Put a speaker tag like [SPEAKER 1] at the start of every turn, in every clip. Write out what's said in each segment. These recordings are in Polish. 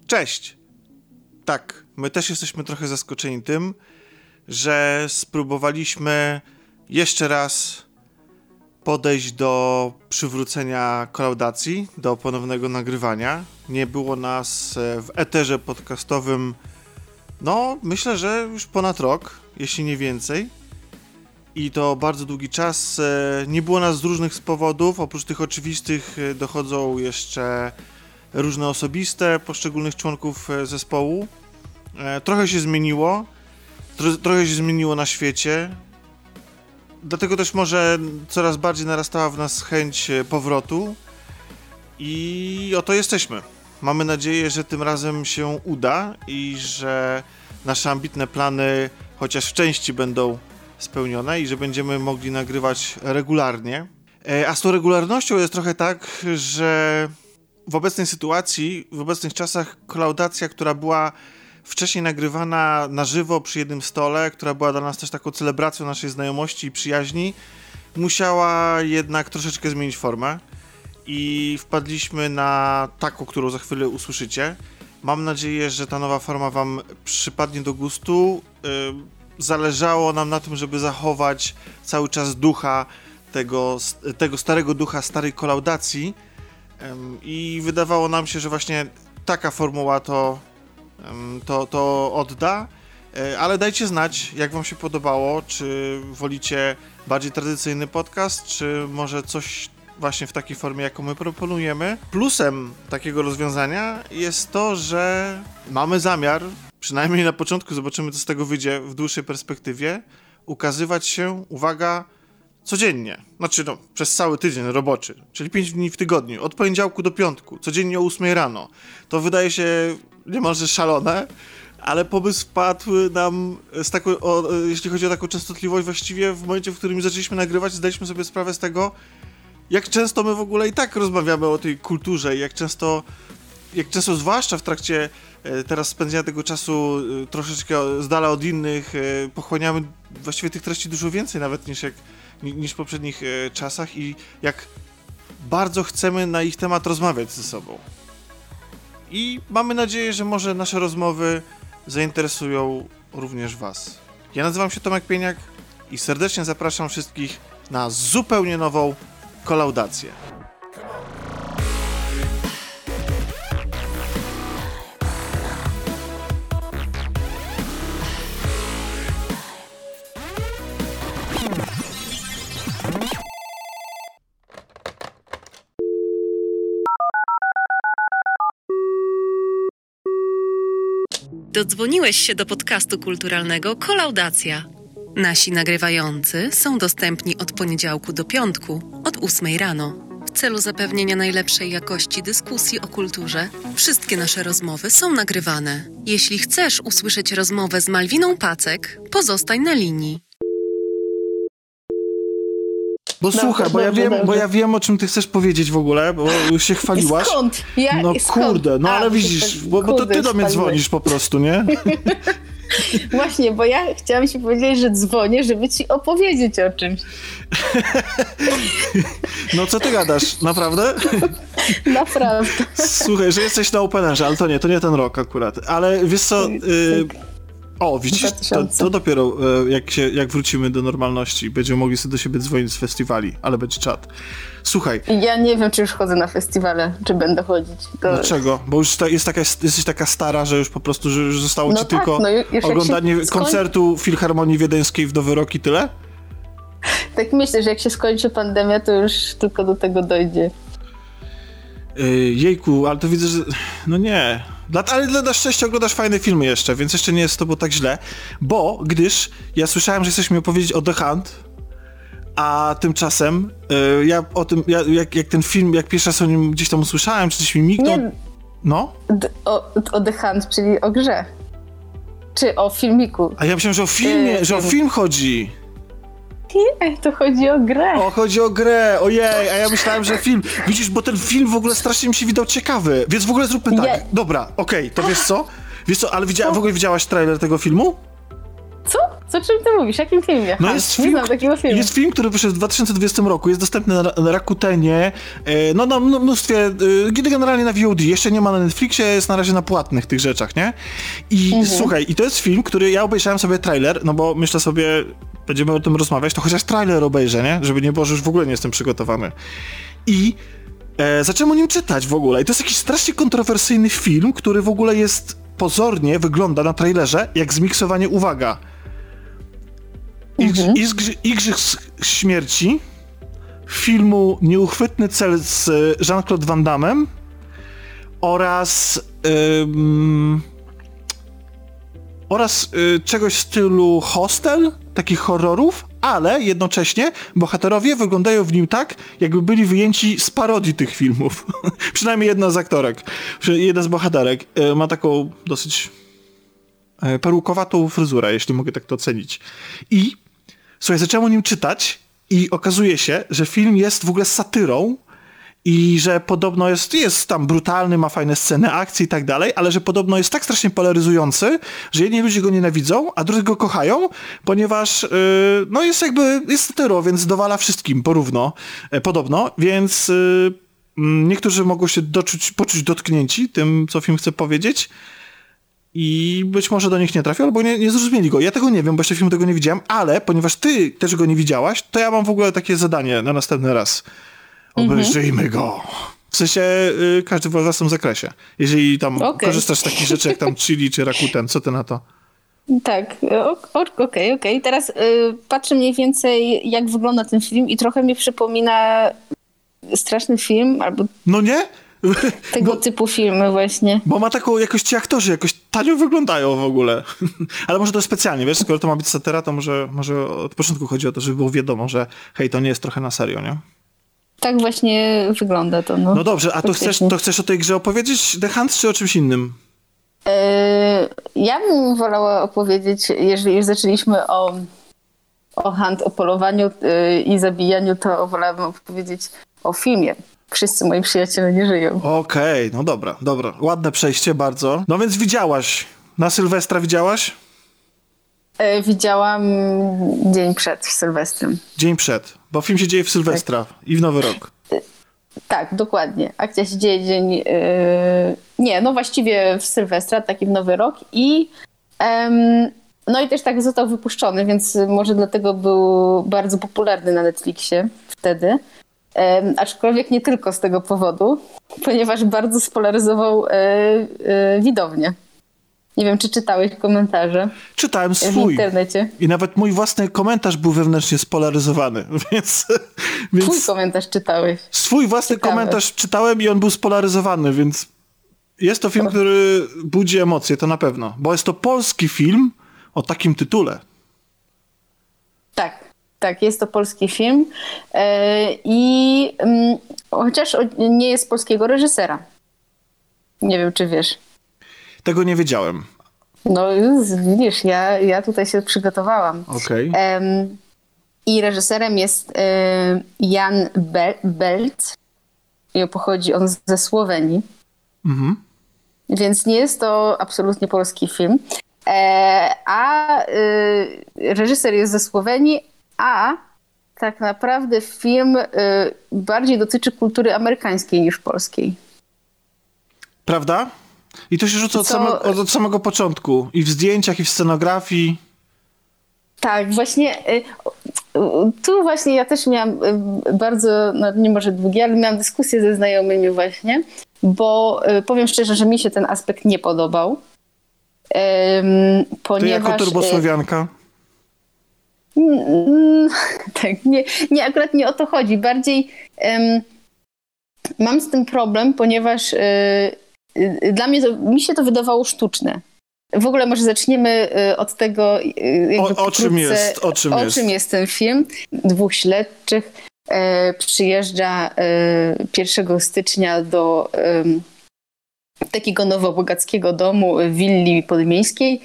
[SPEAKER 1] Cześć! Tak, my też jesteśmy trochę zaskoczeni tym, że spróbowaliśmy jeszcze raz podejść do przywrócenia kolaudacji, do ponownego nagrywania. Nie było nas w eterze podcastowym, no myślę, że już ponad rok, jeśli nie więcej. I to bardzo długi czas. Nie było nas z różnych powodów, oprócz tych oczywistych dochodzą jeszcze różne osobiste poszczególnych członków zespołu. Trochę się zmieniło, trochę się zmieniło na świecie, dlatego też może coraz bardziej narastała w nas chęć powrotu i oto jesteśmy. Mamy nadzieję, że tym razem się uda i że nasze ambitne plany chociaż w części będą spełnione i że będziemy mogli nagrywać regularnie. A z tą regularnością jest trochę tak, że w obecnej sytuacji, w obecnych czasach kolaudacja, która była wcześniej nagrywana na żywo przy jednym stole, która była dla nas też taką celebracją naszej znajomości i przyjaźni, musiała jednak troszeczkę zmienić formę i wpadliśmy na taką, którą za chwilę usłyszycie. Mam nadzieję, że ta nowa forma wam przypadnie do gustu. Zależało nam na tym, żeby zachować cały czas ducha tego starego ducha, starej kolaudacji i wydawało nam się, że właśnie taka formuła to odda, ale dajcie znać, jak wam się podobało, czy wolicie bardziej tradycyjny podcast, czy może coś właśnie w takiej formie, jaką my proponujemy. Plusem takiego rozwiązania jest to, że mamy zamiar, przynajmniej na początku, zobaczymy, co z tego wyjdzie w dłuższej perspektywie, ukazywać się, uwaga, codziennie. Znaczy, przez cały tydzień roboczy, czyli 5 dni w tygodniu, od poniedziałku do piątku, codziennie o 8 rano. To wydaje się niemalże szalone, ale pomysł wpadł nam jeśli chodzi o taką częstotliwość, właściwie w momencie, w którym zaczęliśmy nagrywać, zdaliśmy sobie sprawę z tego, jak często my w ogóle i tak rozmawiamy o tej kulturze i jak często zwłaszcza w trakcie teraz spędzenia tego czasu troszeczkę z dala od innych, pochłaniamy właściwie tych treści dużo więcej nawet niż w poprzednich czasach i jak bardzo chcemy na ich temat rozmawiać ze sobą. I mamy nadzieję, że może nasze rozmowy zainteresują również was. Ja nazywam się Tomek Pieniak i serdecznie zapraszam wszystkich na zupełnie nową kolaudację.
[SPEAKER 2] Dodzwoniłeś się do podcastu kulturalnego Kolaudacja. Nasi nagrywający są dostępni od poniedziałku do piątku, od 8 rano. W celu zapewnienia najlepszej jakości dyskusji o kulturze, wszystkie nasze rozmowy są nagrywane. Jeśli chcesz usłyszeć rozmowę z Malwiną Pacek, pozostań na linii.
[SPEAKER 1] Bo słuchaj, bo ja wiem, o czym ty chcesz powiedzieć w ogóle, bo już się chwaliłaś.
[SPEAKER 3] Skąd?
[SPEAKER 1] Kurde, ale widzisz, bo to ty do mnie dzwonisz po prostu, nie?
[SPEAKER 3] Właśnie, bo ja chciałam ci powiedzieć, że dzwonię, żeby ci opowiedzieć o czymś.
[SPEAKER 1] No co ty gadasz? Naprawdę?
[SPEAKER 3] Naprawdę.
[SPEAKER 1] Słuchaj, że jesteś na Openerze, ale to nie ten rok akurat. Ale wiesz co... O, widzisz, to dopiero jak wrócimy do normalności, będziemy mogli sobie do siebie dzwonić z festiwali, ale będzie czat. Słuchaj.
[SPEAKER 3] Ja nie wiem, czy już chodzę na festiwale, czy będę chodzić.
[SPEAKER 1] Dlaczego? Bo już jesteś taka stara, że już po prostu że już zostało ci tylko oglądanie koncertu Filharmonii Wiedeńskiej w Nowy Rok i tyle?
[SPEAKER 3] Tak myślę, że jak się skończy pandemia, to już tylko do tego dojdzie.
[SPEAKER 1] Jejku, ale to widzę, że... No nie... Ale na szczęście oglądasz fajne filmy jeszcze, więc jeszcze nie jest z tobą tak źle, gdyż ja słyszałem, że chcesz mi opowiedzieć o The Hunt, a tymczasem ja o tym, jak ten film, jak pierwszy raz o nim gdzieś tam usłyszałem, czy coś mi mignął...
[SPEAKER 3] Nie,
[SPEAKER 1] no?
[SPEAKER 3] O The Hunt, czyli o grze. Czy o filmiku.
[SPEAKER 1] A ja myślałem, że o filmie, że o film chodzi.
[SPEAKER 3] Nie, to chodzi o grę.
[SPEAKER 1] Chodzi o grę, ojej, a ja myślałem, że film. Widzisz, bo ten film w ogóle strasznie mi się wydał ciekawy, więc w ogóle zróbmy tak. Dobra, okej, to wiesz co, ale w ogóle widziałaś trailer tego filmu?
[SPEAKER 3] Co? O czym ty mówisz? Jakim filmie?
[SPEAKER 1] No
[SPEAKER 3] Nie znam takiego filmu.
[SPEAKER 1] Jest film, który wyszedł w 2020 roku, jest dostępny na Rakutenie, na mnóstwie, generalnie na VOD, jeszcze nie ma na Netflixie, jest na razie na płatnych tych rzeczach, nie? I słuchaj, i to jest film, który ja obejrzałem sobie trailer, no bo myślę sobie, będziemy o tym rozmawiać, to chociaż trailer obejrzę, nie? Żeby nie było, że już w ogóle nie jestem przygotowany. I zacząłem o nim czytać w ogóle. I to jest jakiś strasznie kontrowersyjny film, który w ogóle jest pozornie, wygląda na trailerze jak zmiksowanie, uwaga, Igrzysk Śmierci, filmu Nieuchwytny cel z Jean-Claude Van Damme oraz czegoś w stylu Hostel, takich horrorów, ale jednocześnie bohaterowie wyglądają w nim tak, jakby byli wyjęci z parodii tych filmów. Przynajmniej jedna z aktorek, jedna z bohaterek ma taką dosyć perukowatą fryzurę, jeśli mogę tak to ocenić. I słuchaj, zacząłem o nim czytać i okazuje się, że film jest w ogóle satyrą i że podobno jest tam brutalny, ma fajne sceny akcji i tak dalej, ale że podobno jest tak strasznie polaryzujący, że jedni ludzie go nienawidzą, a drudzy go kochają, ponieważ jest satyrą, więc dowala wszystkim porówno, podobno, więc niektórzy mogą się poczuć dotknięci tym, co film chce powiedzieć, i być może do nich nie trafił, albo nie zrozumieli go. Ja tego nie wiem, bo jeszcze filmu tego nie widziałem, ale ponieważ ty też go nie widziałaś, to ja mam w ogóle takie zadanie na następny raz. Obejrzyjmy go. W sensie każdy w własnym zakresie. Jeżeli tam korzystasz z takich rzeczy jak tam Chili czy Rakuten, co ty na to?
[SPEAKER 3] Tak, okej. Teraz patrzę mniej więcej, jak wygląda ten film i trochę mi przypomina straszny film, albo...
[SPEAKER 1] No nie?
[SPEAKER 3] Tego typu filmy właśnie.
[SPEAKER 1] Bo ma taką jakoś, ci aktorzy jakoś tanio wyglądają w ogóle. Ale może to specjalnie, wiesz, skoro to ma być satyra, to może od początku chodzi o to, żeby było wiadomo, że hej, to nie jest trochę na serio, nie?
[SPEAKER 3] Tak właśnie wygląda to. No
[SPEAKER 1] dobrze, a to chcesz o tej grze opowiedzieć, The Hunt, czy o czymś innym?
[SPEAKER 3] Ja bym wolała opowiedzieć, jeżeli już zaczęliśmy o Hunt, o polowaniu i zabijaniu, to wolałabym opowiedzieć o filmie. Wszyscy moi przyjaciele nie żyją.
[SPEAKER 1] Okej, no dobra. Ładne przejście bardzo. No więc widziałaś. Na Sylwestra widziałaś?
[SPEAKER 3] Widziałam dzień przed Sylwestrem.
[SPEAKER 1] Dzień przed, bo film się dzieje w Sylwestra i w Nowy Rok.
[SPEAKER 3] Tak, dokładnie. Akcja się dzieje dzień... właściwie w Sylwestra, taki w Nowy Rok i... no i też tak został wypuszczony, więc może dlatego był bardzo popularny na Netflixie wtedy. Aczkolwiek nie tylko z tego powodu, ponieważ bardzo spolaryzował widownię. Nie wiem, czy czytałeś komentarze?
[SPEAKER 1] Czytałem swój.
[SPEAKER 3] W internecie.
[SPEAKER 1] I nawet mój własny komentarz był wewnętrznie spolaryzowany, więc...
[SPEAKER 3] Twój komentarz czytałeś.
[SPEAKER 1] Swój własny komentarz czytałem i on był spolaryzowany, więc jest to film, który budzi emocje, to na pewno. Bo jest to polski film o takim tytule.
[SPEAKER 3] Tak, jest to polski film chociaż nie jest polskiego reżysera. Nie wiem, czy wiesz.
[SPEAKER 1] Tego nie wiedziałem.
[SPEAKER 3] No widzisz, ja tutaj się przygotowałam.
[SPEAKER 1] Okej.
[SPEAKER 3] I reżyserem jest Jan Belt. I pochodzi on ze Słowenii. Mhm. Więc nie jest to absolutnie polski film. A reżyser jest ze Słowenii, a tak naprawdę film bardziej dotyczy kultury amerykańskiej niż polskiej.
[SPEAKER 1] Prawda? I to się rzuca od samego początku. I w zdjęciach, i w scenografii.
[SPEAKER 3] Tak, właśnie tu właśnie ja też miałam bardzo, nie może długie, ale miałam dyskusję ze znajomymi właśnie, bo powiem szczerze, że mi się ten aspekt nie podobał. Ponieważ...
[SPEAKER 1] Ty jako turbosłowianka?
[SPEAKER 3] Tak, nie, akurat nie o to chodzi. Bardziej mam z tym problem, ponieważ dla mnie mi się to wydawało sztuczne. W ogóle może zaczniemy od tego,
[SPEAKER 1] o czym jest ten
[SPEAKER 3] film. 2 śledczych przyjeżdża 1 stycznia do takiego nowobogackiego domu, willi podmiejskiej,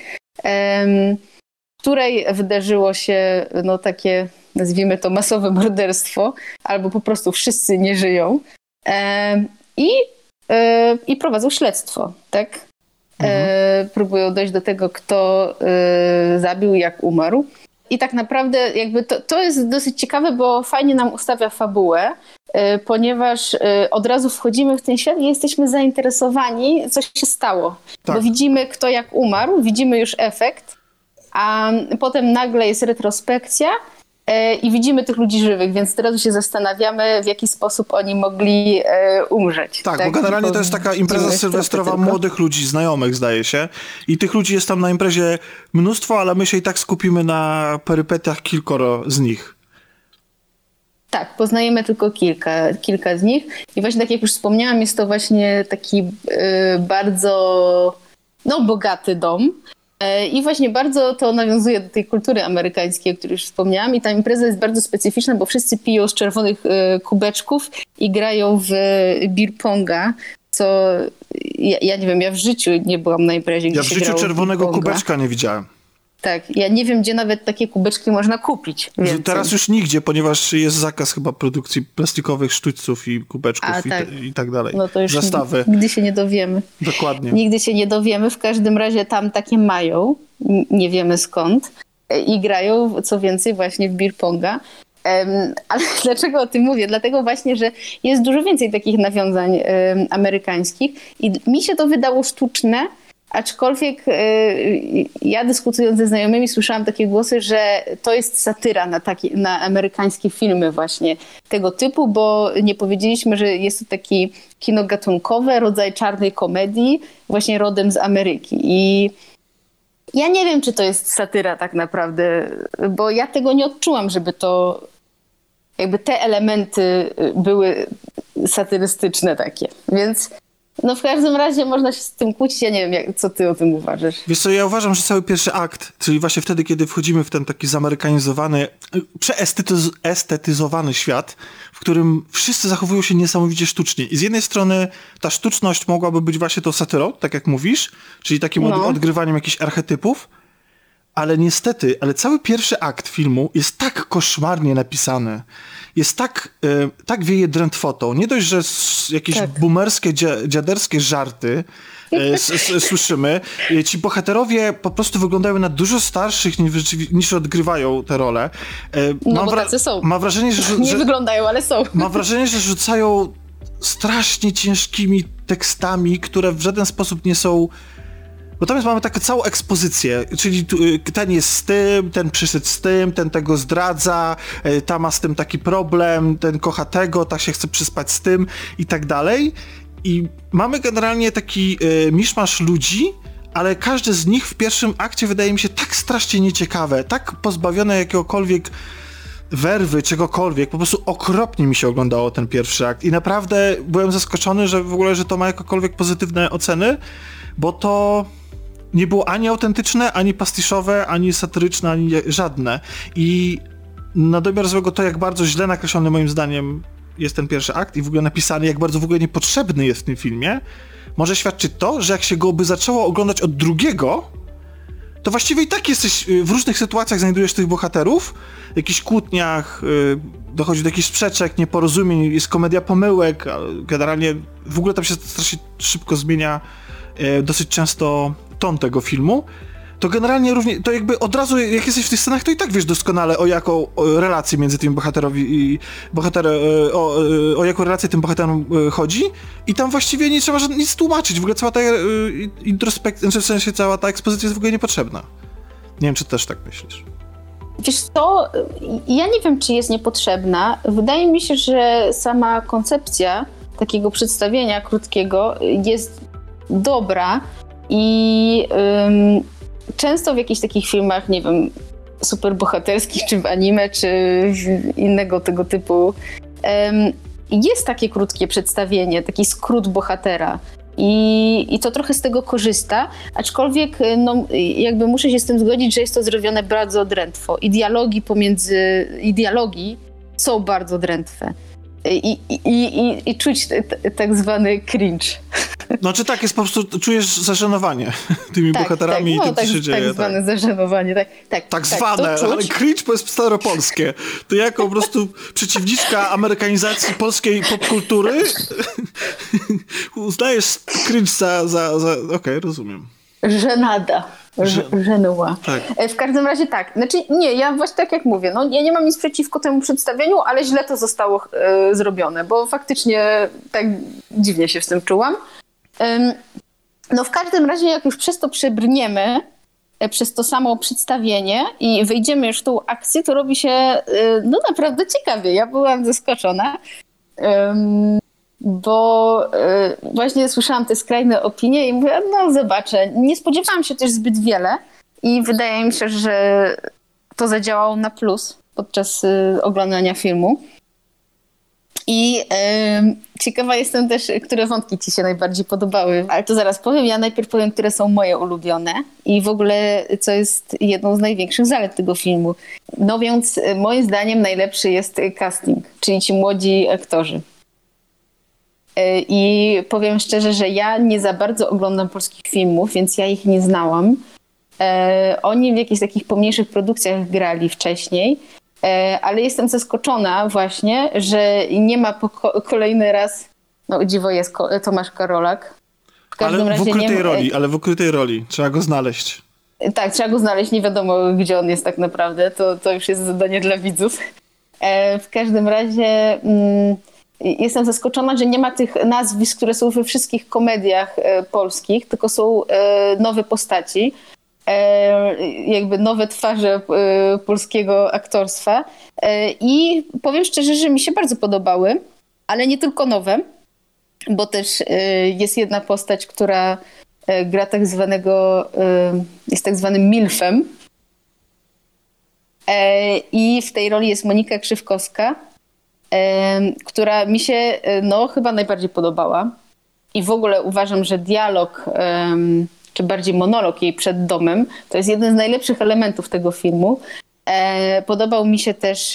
[SPEAKER 3] w której wydarzyło się takie, nazwijmy to, masowe morderstwo, albo po prostu wszyscy nie żyją i prowadzą śledztwo, tak? próbują dojść do tego, kto zabił, jak umarł. I tak naprawdę jakby to jest dosyć ciekawe, bo fajnie nam ustawia fabułę, ponieważ od razu wchodzimy w ten świat i jesteśmy zainteresowani, co się stało. Tak. Bo widzimy, kto jak umarł, widzimy już efekt, a potem nagle jest retrospekcja i widzimy tych ludzi żywych, więc od razu się zastanawiamy, w jaki sposób oni mogli umrzeć.
[SPEAKER 1] Tak, bo generalnie to jest taka impreza sylwestrowa młodych ludzi, znajomych zdaje się. I tych ludzi jest tam na imprezie mnóstwo, ale my się i tak skupimy na perypetiach kilkoro z nich.
[SPEAKER 3] Tak, poznajemy tylko kilka z nich. I właśnie tak jak już wspomniałam, jest to właśnie taki bardzo bogaty dom. I właśnie bardzo to nawiązuje do tej kultury amerykańskiej, o której już wspomniałam. I ta impreza jest bardzo specyficzna, bo wszyscy piją z czerwonych kubeczków i grają w beer ponga, co ja nie wiem, ja w życiu nie byłam na imprezie, gdzie
[SPEAKER 1] ja w życiu czerwonego kubeczka nie widziałem.
[SPEAKER 3] Tak, ja nie wiem, gdzie nawet takie kubeczki można kupić. Więcej.
[SPEAKER 1] Teraz już nigdzie, ponieważ jest zakaz chyba produkcji plastikowych sztućców i kubeczków i tak dalej.
[SPEAKER 3] No to już
[SPEAKER 1] zastawy.
[SPEAKER 3] Nigdy się nie dowiemy.
[SPEAKER 1] Dokładnie.
[SPEAKER 3] Nigdy się nie dowiemy. W każdym razie tam takie mają, nie wiemy skąd, i grają, co więcej, właśnie w beer ponga. Ale dlaczego o tym mówię? Dlatego właśnie, że jest dużo więcej takich nawiązań amerykańskich i mi się to wydało sztuczne, aczkolwiek ja dyskutując ze znajomymi słyszałam takie głosy, że to jest satyra na amerykańskie filmy właśnie tego typu, bo nie powiedzieliśmy, że jest to taki kino gatunkowe, rodzaj czarnej komedii, właśnie rodem z Ameryki. I ja nie wiem, czy to jest satyra tak naprawdę, bo ja tego nie odczułam, żeby to jakby te elementy były satyrystyczne takie, więc w każdym razie można się z tym kłócić. Ja nie wiem, co ty o tym uważasz.
[SPEAKER 1] Wiesz co, ja uważam, że cały pierwszy akt, czyli właśnie wtedy, kiedy wchodzimy w ten taki zamerykanizowany, przeestetyzowany świat, w którym wszyscy zachowują się niesamowicie sztucznie. I z jednej strony ta sztuczność mogłaby być właśnie tą satyrą, tak jak mówisz, czyli takim odgrywaniem jakichś archetypów, ale niestety, cały pierwszy akt filmu jest tak koszmarnie napisany, jest tak wieje drętwotą. Nie dość, że jakieś boomerskie, dziaderskie żarty słyszymy. Ci bohaterowie po prostu wyglądają na dużo starszych niż odgrywają te role.
[SPEAKER 3] Bo tacy są.
[SPEAKER 1] Mam wrażenie, że
[SPEAKER 3] nie wyglądają, ale są.
[SPEAKER 1] Mam wrażenie, że rzucają strasznie ciężkimi tekstami, które w żaden sposób nie są... Bo tam mamy taką całą ekspozycję, czyli ten jest z tym, ten przyszedł z tym, ten tego zdradza, ta ma z tym taki problem, ten kocha tego, ta się chce przyspać z tym i tak dalej. I mamy generalnie taki miszmasz ludzi, ale każdy z nich w pierwszym akcie wydaje mi się tak strasznie nieciekawe, tak pozbawione jakiegokolwiek werwy, czegokolwiek. Po prostu okropnie mi się oglądało ten pierwszy akt i naprawdę byłem zaskoczony, że w ogóle, że to ma jakiekolwiek pozytywne oceny, bo to nie było ani autentyczne, ani pastiszowe, ani satyryczne, ani żadne. I na domiar złego to, jak bardzo źle nakreślony moim zdaniem jest ten pierwszy akt i w ogóle napisany, jak bardzo w ogóle niepotrzebny jest w tym filmie, może świadczyć to, że jak się go by zaczęło oglądać od drugiego, to właściwie i tak jesteś w różnych sytuacjach, znajdujesz tych bohaterów, w jakichś kłótniach, dochodzi do jakichś sprzeczek, nieporozumień, jest komedia pomyłek, generalnie w ogóle tam się strasznie szybko zmienia dosyć często ton tego filmu, to generalnie równie, to jakby od razu, jak jesteś w tych scenach, to i tak wiesz doskonale, o jaką relację między tymi bohaterowi i o jaką relację tym bohaterom chodzi i tam właściwie nie trzeba nic tłumaczyć, w ogóle cała ta introspekcja, w sensie cała ta ekspozycja jest w ogóle niepotrzebna. Nie wiem, czy też tak myślisz.
[SPEAKER 3] Wiesz co, ja nie wiem, czy jest niepotrzebna. Wydaje mi się, że sama koncepcja takiego przedstawienia krótkiego jest dobra i często w jakichś takich filmach, nie wiem, superbohaterskich, czy w anime, czy innego tego typu, jest takie krótkie przedstawienie, taki skrót bohatera. I to trochę z tego korzysta, aczkolwiek jakby muszę się z tym zgodzić, że jest to zrobione bardzo drętwo. I dialogi są bardzo drętwe. I czuć tak zwany cringe.
[SPEAKER 1] Znaczy tak, jest po prostu, czujesz zażenowanie tymi bohaterami i tym, co się dzieje.
[SPEAKER 3] Tak zwane zażenowanie, tak
[SPEAKER 1] zwane, ale cringe to jest staropolskie. To jako po prostu przeciwniczka amerykanizacji polskiej popkultury uznajesz cringe za... Okej, rozumiem.
[SPEAKER 3] Żenada. Żenuła. Tak. W każdym razie tak. Znaczy nie, ja właśnie tak jak mówię, no ja nie mam nic przeciwko temu przedstawieniu, ale źle to zostało zrobione, bo faktycznie tak dziwnie się z tym czułam. No w każdym razie jak już przez to przebrniemy, przez to samo przedstawienie i wejdziemy już w tą akcję, to robi się no naprawdę ciekawie. Ja byłam zaskoczona. Bo właśnie słyszałam te skrajne opinie i mówię, no zobaczę. Nie spodziewałam się też zbyt wiele i wydaje mi się, że to zadziałało na plus podczas oglądania filmu. I ciekawa jestem też, które wątki ci się najbardziej podobały, ale to zaraz powiem. Ja najpierw powiem, które są moje ulubione i w ogóle co jest jedną z największych zalet tego filmu. No więc moim zdaniem najlepszy jest casting, czyli ci młodzi aktorzy. I powiem szczerze, że ja nie za bardzo oglądam polskich filmów, więc ja ich nie znałam. Oni w jakichś takich pomniejszych produkcjach grali wcześniej, ale jestem zaskoczona właśnie, że nie ma kolejny raz, no o dziwo jest Tomasz Karolak. W każdym razie
[SPEAKER 1] ale w ukrytej roli. Trzeba go znaleźć.
[SPEAKER 3] Tak, trzeba go znaleźć. Nie wiadomo, gdzie on jest tak naprawdę. To już jest zadanie dla widzów. W każdym razie... Jestem zaskoczona, że nie ma tych nazwisk, które są we wszystkich komediach polskich, tylko są nowe postaci, jakby nowe twarze polskiego aktorstwa. I powiem szczerze, że mi się bardzo podobały, ale nie tylko nowe, bo też jest jedna postać, która gra tak zwanego, jest tak zwanym milfem. I w tej roli jest Monika Krzywkowska, która mi się no, chyba najbardziej podobała. I w ogóle uważam, że dialog, czy bardziej monolog jej przed domem, to jest jeden z najlepszych elementów tego filmu. Podobał mi się też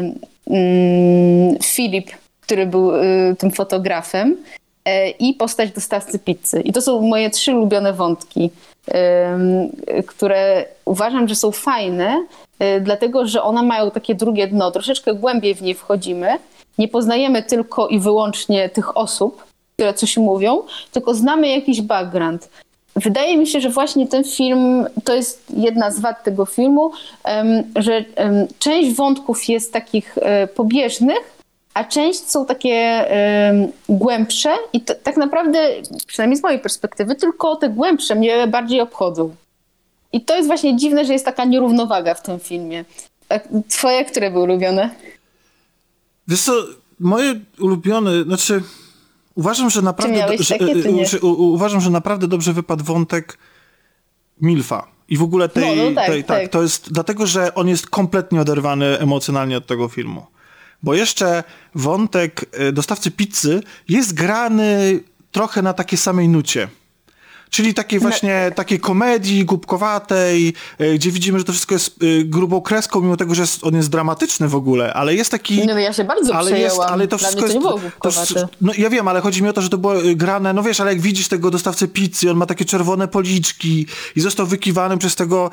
[SPEAKER 3] Filip, który był tym fotografem, i postać dostawcy pizzy. I to są moje 3 ulubione wątki, które uważam, że są fajne, dlatego, że one mają takie drugie dno. Troszeczkę głębiej w nie wchodzimy. Nie poznajemy tylko i wyłącznie tych osób, które coś mówią, tylko znamy jakiś background. Wydaje mi się, że właśnie ten film, to jest jedna z wad tego filmu, że część wątków jest takich pobieżnych, a część są takie głębsze i tak naprawdę, przynajmniej z mojej perspektywy, tylko te głębsze mnie bardziej obchodzą. I to jest właśnie dziwne, że jest taka nierównowaga w tym filmie. Twoje, które były ulubione?
[SPEAKER 1] Wiesz co, moje ulubione, znaczy uważam, że naprawdę uważam, że naprawdę dobrze wypadł wątek milfa. I w ogóle tak, to jest dlatego, że on jest kompletnie oderwany emocjonalnie od tego filmu. Bo jeszcze wątek dostawcy pizzy jest grany trochę na takiej samej nucie. Czyli takiej właśnie takiej komedii głupkowatej, gdzie widzimy, że to wszystko jest grubą kreską, mimo tego, że on jest dramatyczny w ogóle, ale jest taki...
[SPEAKER 3] No ja się bardzo przejęłam.
[SPEAKER 1] Ale to wszystko jest... No ja wiem, ale chodzi mi o to, że to było grane, no wiesz, ale jak widzisz tego dostawcę pizzy, on ma takie czerwone policzki i został wykiwany przez tego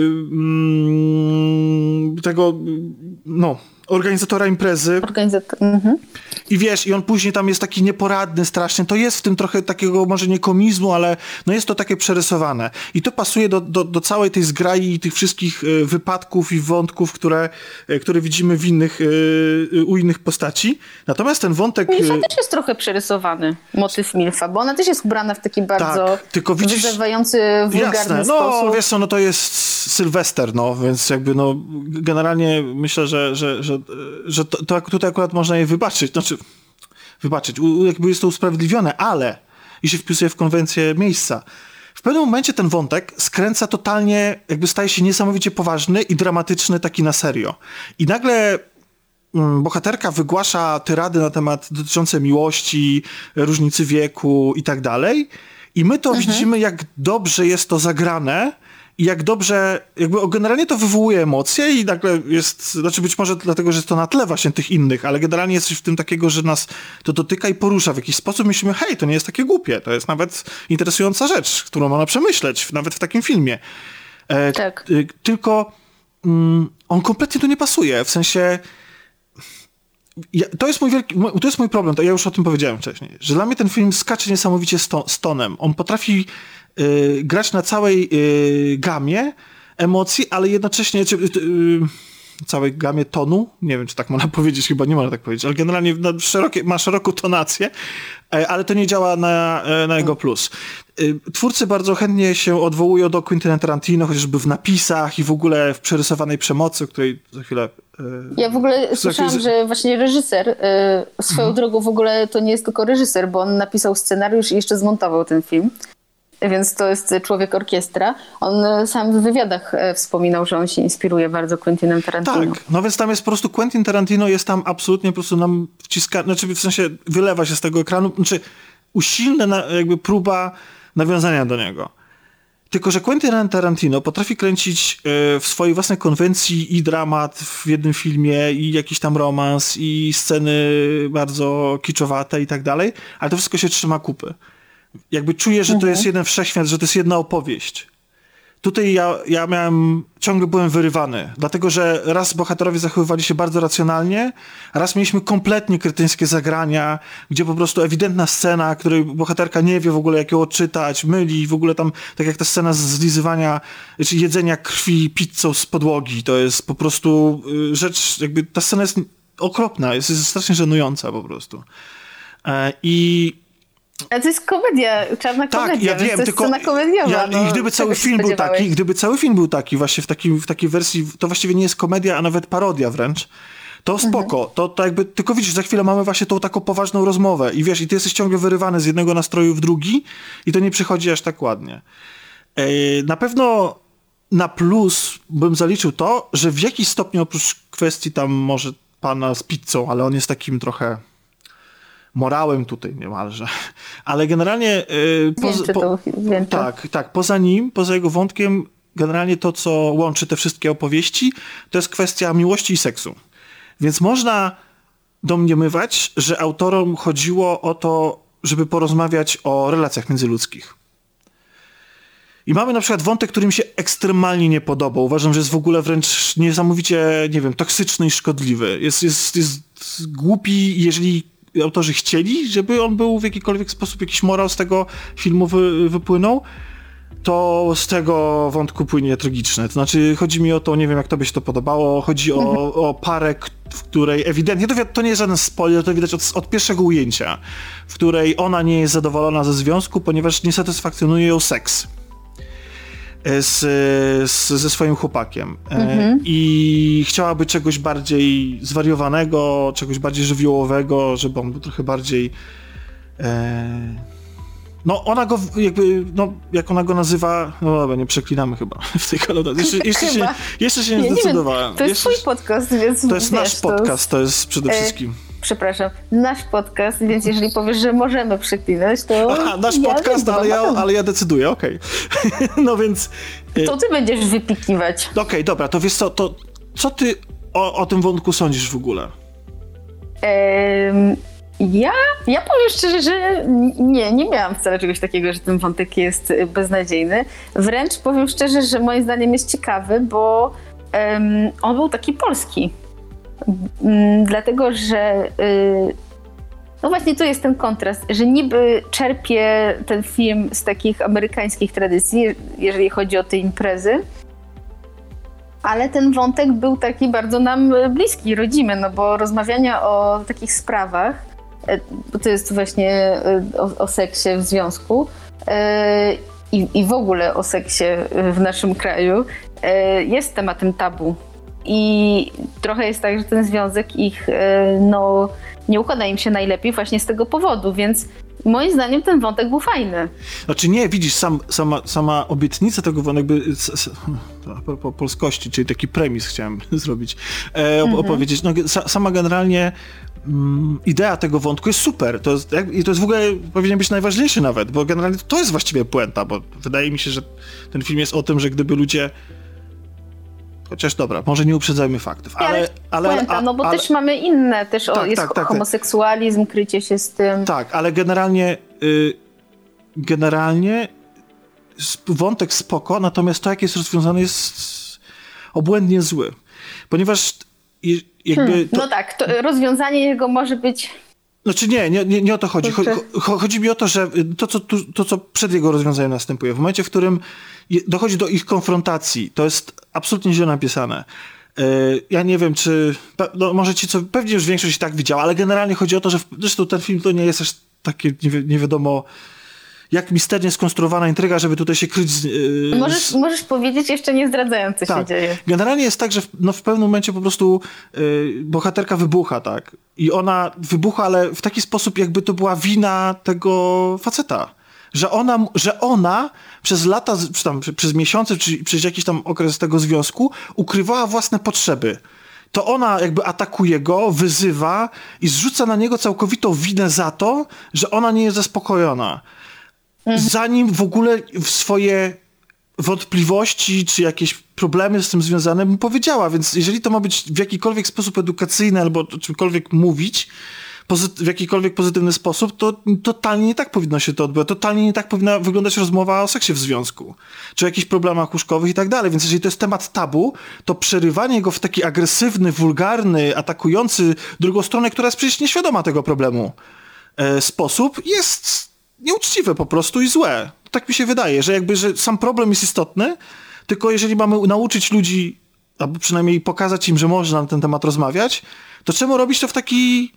[SPEAKER 1] organizatora imprezy. I wiesz, i on później tam jest taki nieporadny strasznie. To jest w tym trochę takiego może nie komizmu, ale no jest to takie przerysowane. I to pasuje do całej tej zgrai i tych wszystkich wypadków i wątków, które widzimy u innych postaci. Natomiast ten wątek...
[SPEAKER 3] Milfa też jest trochę przerysowany, motyw Milfa, bo ona też jest ubrana w taki bardzo wyzywający, wulgarny sposób.
[SPEAKER 1] No wiesz co, no to jest Sylwester, no, więc jakby no generalnie myślę, że to tutaj akurat można je wybaczyć, jakby jest to usprawiedliwione, ale i się wpisuje w konwencję miejsca. W pewnym momencie ten wątek skręca totalnie, jakby staje się niesamowicie poważny i dramatyczny, taki na serio. I nagle bohaterka wygłasza tyrady na temat dotyczące miłości, różnicy wieku i tak dalej. I my to widzimy, jak dobrze jest to zagrane i jak dobrze, jakby generalnie to wywołuje emocje i nagle jest, znaczy być może dlatego, że jest to na tle właśnie tych innych, ale generalnie jest coś w tym takiego, że nas to dotyka i porusza w jakiś sposób. Myślimy, hej, to nie jest takie głupie, to jest nawet interesująca rzecz, którą można przemyśleć, nawet w takim filmie.
[SPEAKER 3] Tak.
[SPEAKER 1] Tylko on kompletnie tu nie pasuje, w sensie to jest mój problem, to ja już o tym powiedziałem wcześniej, że dla mnie ten film skacze niesamowicie z tonem. On potrafi grać na całej gamie emocji, ale jednocześnie całej gamie tonu, nie wiem, czy tak można powiedzieć, chyba nie można tak powiedzieć, ale generalnie ma szeroką tonację, ale to nie działa na jego plus. Twórcy bardzo chętnie się odwołują do Quentina Tarantino, chociażby w napisach i w ogóle w przerysowanej przemocy, o której za chwilę...
[SPEAKER 3] Ja w ogóle słyszałam, że właśnie reżyser, swoją drogą w ogóle to nie jest tylko reżyser, bo on napisał scenariusz i jeszcze zmontował ten film. Więc to jest człowiek orkiestra. On sam w wywiadach wspominał, że on się inspiruje bardzo Quentinem Tarantino.
[SPEAKER 1] Tak, no więc tam jest po prostu Quentin Tarantino jest tam absolutnie po prostu nam wciska, znaczy w sensie wylewa się z tego ekranu, znaczy usilna jakby próba nawiązania do niego. Tylko że Quentin Tarantino potrafi kręcić w swojej własnej konwencji i dramat w jednym filmie, i jakiś tam romans, i sceny bardzo kiczowate i tak dalej, ale to wszystko się trzyma kupy. Jakby czuję, że to jest jeden wszechświat, że to jest jedna opowieść. Tutaj ja ciągle byłem wyrywany, dlatego że raz bohaterowie zachowywali się bardzo racjonalnie, raz mieliśmy kompletnie kretyńskie zagrania, gdzie po prostu ewidentna scena, której bohaterka nie wie w ogóle jak ją odczytać, myli, w ogóle tam, tak jak ta scena zlizywania, czy jedzenia krwi pizzą z podłogi, to jest po prostu rzecz, jakby ta scena jest okropna, jest strasznie żenująca po prostu.
[SPEAKER 3] Ale to jest komedia, czarna komedia,
[SPEAKER 1] tak, ja wiem,
[SPEAKER 3] to jest
[SPEAKER 1] tylko
[SPEAKER 3] scena komediowa.
[SPEAKER 1] I gdyby cały film był taki właśnie w takiej wersji, to właściwie nie jest komedia, a nawet parodia wręcz, to spoko, to jakby, tylko widzisz, za chwilę mamy właśnie tą taką poważną rozmowę i wiesz, i ty jesteś ciągle wyrywany z jednego nastroju w drugi i to nie przychodzi aż tak ładnie. Na pewno na plus bym zaliczył to, że w jakiś stopniu oprócz kwestii tam może pana z pizzą, ale on jest takim trochę morałem tutaj niemalże. Ale generalnie poza jego wątkiem, generalnie to, co łączy te wszystkie opowieści, to jest kwestia miłości i seksu. Więc można domniemywać, że autorom chodziło o to, żeby porozmawiać o relacjach międzyludzkich. I mamy na przykład wątek, który mi się ekstremalnie nie podobał. Uważam, że jest w ogóle wręcz niesamowicie, nie wiem, toksyczny i szkodliwy. Jest głupi, jeżeli autorzy chcieli, żeby on był w jakikolwiek sposób, jakiś morał z tego filmu wypłynął, to z tego wątku płynie tragiczne. To znaczy, chodzi mi o to, nie wiem jak tobie się to podobało, chodzi o parę, w której ewidentnie, to nie jest żaden spoiler, to widać od pierwszego ujęcia, w której ona nie jest zadowolona ze związku, ponieważ nie satysfakcjonuje ją seks ze swoim chłopakiem. I chciałaby czegoś bardziej zwariowanego, czegoś bardziej żywiołowego, żeby on był trochę bardziej ona go jakby, jak ona go nazywa, dobra, nie przeklinamy chyba w tej kalodacji. Jeszcze się nie zdecydowałem.
[SPEAKER 3] To jest twój podcast, więc
[SPEAKER 1] to jest nasz podcast, to jest przede wszystkim.
[SPEAKER 3] Przepraszam, nasz podcast, więc jeżeli powiesz, że możemy przeklinać, to...
[SPEAKER 1] Aha, nasz podcast, ale ja decyduję, okej. No więc...
[SPEAKER 3] To ty będziesz wypikiwać.
[SPEAKER 1] Okej, dobra, to wiesz co ty o tym wątku sądzisz w ogóle?
[SPEAKER 3] Ja powiem szczerze, że nie miałam wcale czegoś takiego, że ten wątek jest beznadziejny. Wręcz powiem szczerze, że moim zdaniem jest ciekawy, bo on był taki polski. Dlatego, że no właśnie tu jest ten kontrast, że niby czerpie ten film z takich amerykańskich tradycji, jeżeli chodzi o te imprezy, ale ten wątek był taki bardzo nam bliski, rodzimy, no bo rozmawiania o takich sprawach, bo to jest właśnie o seksie w związku i w ogóle o seksie w naszym kraju, jest tematem tabu. I trochę jest tak, że ten związek ich nie układa im się najlepiej właśnie z tego powodu, więc moim zdaniem ten wątek był fajny.
[SPEAKER 4] Znaczy nie, widzisz, sama obietnica tego wątku, a propos polskości, czyli taki premis chciałem zrobić, opowiedzieć. No, sama generalnie idea tego wątku jest super. I to jest w ogóle, powinien być najważniejszy nawet, bo generalnie to jest właściwie puenta, bo wydaje mi się, że ten film jest o tym, że gdyby ludzie... Chociaż dobra, może nie uprzedzajmy faktów, ale
[SPEAKER 3] bo też mamy inne, też homoseksualizm, krycie się z tym.
[SPEAKER 4] Tak, ale generalnie wątek spoko, natomiast to, jak jest rozwiązany, jest obłędnie zły. Ponieważ jakby...
[SPEAKER 3] No tak, to rozwiązanie jego może być...
[SPEAKER 4] Znaczy nie o to chodzi. Chodzi mi o to, że to, co przed jego rozwiązaniem następuje, w momencie, w którym dochodzi do ich konfrontacji, to jest absolutnie źle napisane. Ja nie wiem, czy... No może ci, co pewnie już większość tak widziała, ale generalnie chodzi o to, że zresztą ten film to nie jest aż takie nie wiadomo jak misternie skonstruowana intryga, żeby tutaj się kryć...
[SPEAKER 3] Możesz powiedzieć, jeszcze nie zdradzając, co się dzieje.
[SPEAKER 4] Generalnie jest tak, że w pewnym momencie po prostu bohaterka wybucha, tak? I ona wybucha, ale w taki sposób, jakby to była wina tego faceta. Że ona przez lata, przez miesiące, czy przez jakiś tam okres tego związku ukrywała własne potrzeby. To ona jakby atakuje go, wyzywa i zrzuca na niego całkowitą winę za to, że ona nie jest zaspokojona. Zanim w ogóle swoje wątpliwości czy jakieś problemy z tym związane mu powiedziała. Więc jeżeli to ma być w jakikolwiek sposób edukacyjny albo o czymkolwiek mówić, w jakikolwiek pozytywny sposób, to totalnie nie tak powinno się to odbywać. Totalnie nie tak powinna wyglądać rozmowa o seksie w związku. Czy o jakichś problemach łóżkowych i tak dalej. Więc jeżeli to jest temat tabu, to przerywanie go w taki agresywny, wulgarny, atakujący drugą stronę, która jest przecież nieświadoma tego problemu, sposób jest nieuczciwe po prostu i złe. Tak mi się wydaje, że sam problem jest istotny, tylko jeżeli mamy nauczyć ludzi, albo przynajmniej pokazać im, że można na ten temat rozmawiać, to czemu robić to w taki...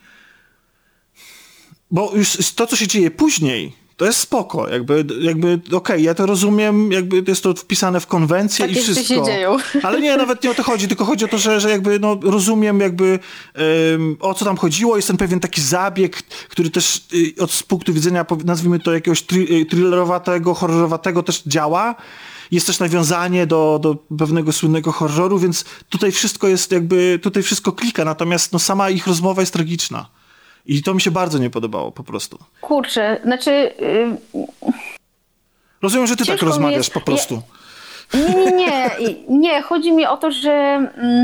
[SPEAKER 4] Bo już to, co się dzieje później, to jest spoko. Jakby okej, ja to rozumiem, jakby jest to wpisane w konwencję i wszystko. Takie się dzieją. Ale nie, nawet nie o to chodzi, tylko chodzi o to, że jakby rozumiem o co tam chodziło. Jest ten pewien taki zabieg, który też z punktu widzenia, nazwijmy to jakiegoś thrillerowatego, horrorowatego też działa. Jest też nawiązanie do pewnego słynnego horroru, więc tutaj wszystko jest tutaj wszystko klika, natomiast sama ich rozmowa jest tragiczna. I to mi się bardzo nie podobało, po prostu.
[SPEAKER 3] Kurczę, znaczy...
[SPEAKER 4] Rozumiem, że ty tak rozmawiasz po prostu.
[SPEAKER 3] Nie, chodzi mi o to, że...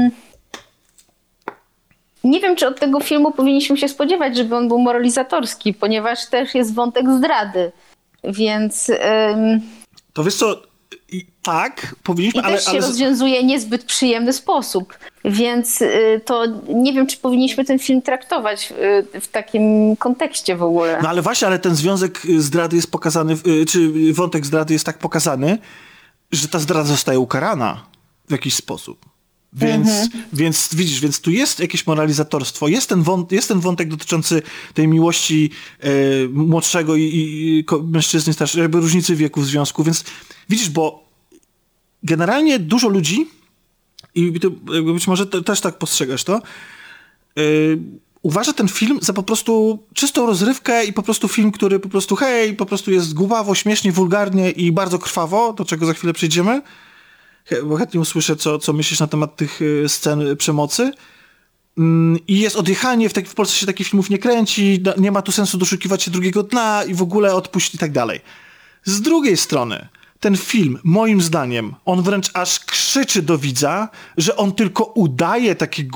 [SPEAKER 3] Nie wiem, czy od tego filmu powinniśmy się spodziewać, żeby on był moralizatorski, ponieważ też jest wątek zdrady, więc...
[SPEAKER 4] To wiesz co... Tak, powinniśmy,
[SPEAKER 3] ale się rozwiązuje w niezbyt przyjemny sposób, więc to nie wiem, czy powinniśmy ten film traktować w takim kontekście w ogóle.
[SPEAKER 4] No ale właśnie, ale ten związek zdrady jest pokazany, czy wątek zdrady jest tak pokazany, że ta zdrada zostaje ukarana w jakiś sposób. Więc widzisz, więc tu jest jakieś moralizatorstwo, jest ten wątek dotyczący tej miłości młodszego i mężczyzny starszego, jakby różnicy wieku w związku, więc widzisz, bo generalnie dużo ludzi, i być może też tak postrzegasz to, uważa ten film za po prostu czystą rozrywkę i po prostu film, który po prostu jest głupawo, śmiesznie, wulgarnie i bardzo krwawo, do czego za chwilę przejdziemy. Bo chętnie usłyszę, co myślisz na temat tych scen przemocy. I jest odjechanie, w Polsce się takich filmów nie kręci, nie ma tu sensu doszukiwać się drugiego dna i w ogóle odpuść i tak dalej. Z drugiej strony, ten film, moim zdaniem, on wręcz aż krzyczy do widza, że on tylko udaje taki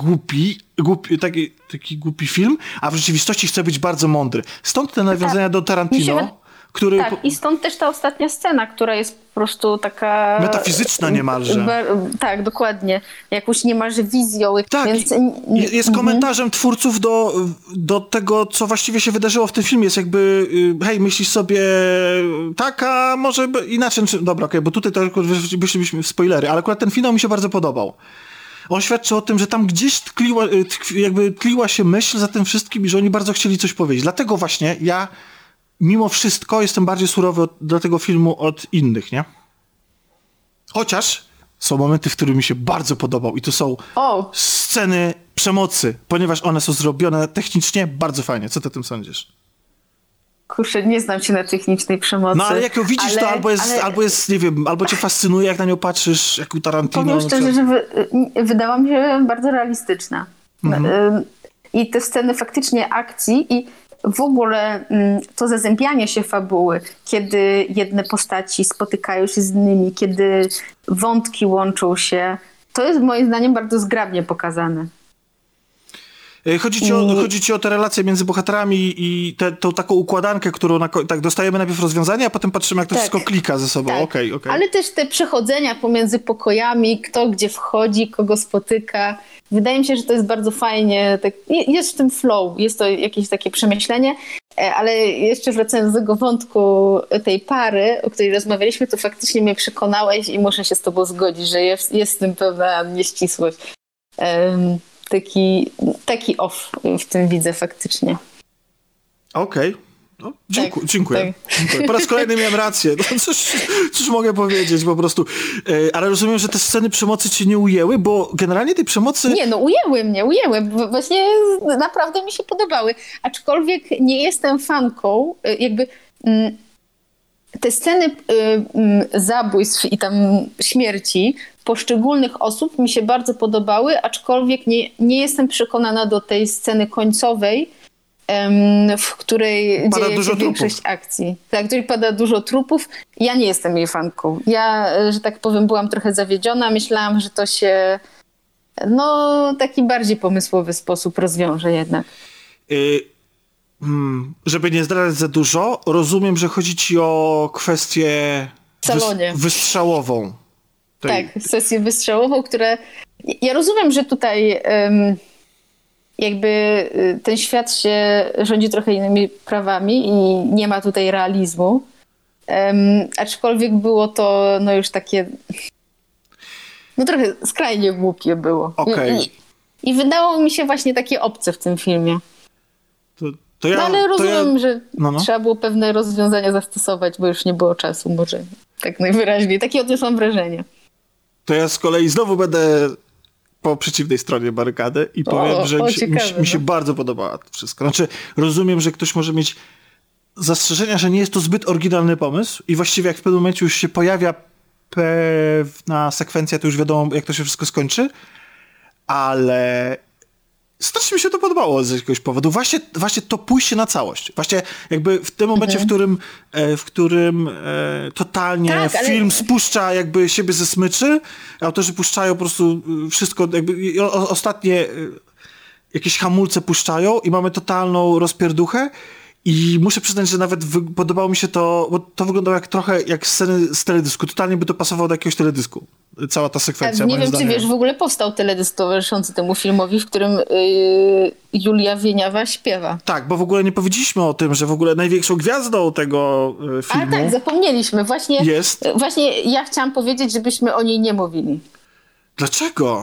[SPEAKER 4] głupi film, a w rzeczywistości chce być bardzo mądry. Stąd te nawiązania do Tarantino.
[SPEAKER 3] Tak, i stąd też ta ostatnia scena, która jest po prostu taka...
[SPEAKER 4] metafizyczna niemalże.
[SPEAKER 3] Tak, dokładnie. Jakąś niemalże wizją.
[SPEAKER 4] Tak, więc... jest komentarzem twórców do tego, co właściwie się wydarzyło w tym filmie. Jest jakby, hej, myślisz sobie tak, a może inaczej. Dobra, okej, bo tutaj to wyszlibyśmy w spoilery, ale akurat ten finał mi się bardzo podobał. On świadczy o tym, że tam gdzieś tliła się myśl za tym wszystkim i że oni bardzo chcieli coś powiedzieć. Dlatego właśnie ja mimo wszystko jestem bardziej surowy do tego filmu od innych, nie? Chociaż są momenty, w których mi się bardzo podobał i to są sceny przemocy, ponieważ one są zrobione technicznie bardzo fajnie. Co ty o tym sądzisz?
[SPEAKER 3] Kurczę, nie znam się na technicznej przemocy.
[SPEAKER 4] No ale jak ją widzisz, to albo jest, nie wiem, albo cię fascynuje, jak na nią patrzysz, jak u Tarantino.
[SPEAKER 3] Powiem szczerze, że wydała mi się bardzo realistyczna. I te sceny faktycznie akcji i w ogóle to zazębianie się fabuły, kiedy jedne postaci spotykają się z innymi, kiedy wątki łączą się, to jest moim zdaniem bardzo zgrabnie pokazane.
[SPEAKER 4] Chodzi ci o te relacje między bohaterami i tą taką układankę, którą tak dostajemy najpierw rozwiązanie, a potem patrzymy, jak to wszystko klika ze sobą.
[SPEAKER 3] Tak.
[SPEAKER 4] Okay.
[SPEAKER 3] Ale też te przechodzenia pomiędzy pokojami, kto gdzie wchodzi, kogo spotyka. Wydaje mi się, że to jest bardzo fajnie. Tak, jest w tym flow, jest to jakieś takie przemyślenie, ale jeszcze wracając do tego wątku tej pary, o której rozmawialiśmy, to faktycznie mnie przekonałeś i muszę się z tobą zgodzić, że jest w tym pewna nieścisłość. Taki off w tym widzę faktycznie.
[SPEAKER 4] Okej. No, dziękuję. Po raz kolejny miałem rację. No, cóż mogę powiedzieć po prostu. Ale rozumiem, że te sceny przemocy cię nie ujęły, bo generalnie tej przemocy...
[SPEAKER 3] Nie, no ujęły. Właśnie naprawdę mi się podobały. Aczkolwiek nie jestem fanką, jakby... Te sceny zabójstw i tam śmierci poszczególnych osób mi się bardzo podobały, aczkolwiek nie jestem przekonana do tej sceny końcowej, w której dzieje się większość akcji. Tak, w której pada dużo trupów. Ja nie jestem jej fanką. Ja, że tak powiem, byłam trochę zawiedziona. Myślałam, że to się taki bardziej pomysłowy sposób rozwiąże jednak.
[SPEAKER 4] Żeby nie zdradzać za dużo, rozumiem, że chodzi ci o kwestię wystrzałową.
[SPEAKER 3] Tak, sesję wystrzałową, która... Ja rozumiem, że tutaj jakby ten świat się rządzi trochę innymi prawami i nie ma tutaj realizmu. Aczkolwiek było to już takie... trochę skrajnie głupie było.
[SPEAKER 4] Okay.
[SPEAKER 3] I wydało mi się właśnie takie obce w tym filmie. Ale rozumiem, że trzeba było pewne rozwiązania zastosować, bo już nie było czasu, może tak najwyraźniej. Takie odniosłam wrażenie.
[SPEAKER 4] To ja z kolei znowu będę po przeciwnej stronie barykady i powiem, że mi się bardzo podobało to wszystko. Znaczy, rozumiem, że ktoś może mieć zastrzeżenia, że nie jest to zbyt oryginalny pomysł i właściwie jak w pewnym momencie już się pojawia pewna sekwencja, to już wiadomo, jak to się wszystko skończy, ale... Strasznie mi się to podobało z jakiegoś powodu. Właśnie to pójście na całość. Właśnie jakby w tym momencie, w którym totalnie film spuszcza jakby siebie ze smyczy, autorzy puszczają po prostu wszystko, jakby ostatnie jakieś hamulce puszczają i mamy totalną rozpierduchę. I muszę przyznać, że nawet podobało mi się to, bo to wyglądało trochę jak sceny z teledysku. Totalnie by to pasowało do jakiegoś teledysku. Cała ta sekwencja.
[SPEAKER 3] Nie wiem, czy wiesz, w ogóle powstał teledysk towarzyszący temu filmowi, w którym Julia Wieniawa śpiewa.
[SPEAKER 4] Tak, bo w ogóle nie powiedzieliśmy o tym, że w ogóle największą gwiazdą tego filmu...
[SPEAKER 3] A tak, zapomnieliśmy. Właśnie ja chciałam powiedzieć, żebyśmy o niej nie mówili.
[SPEAKER 4] Dlaczego?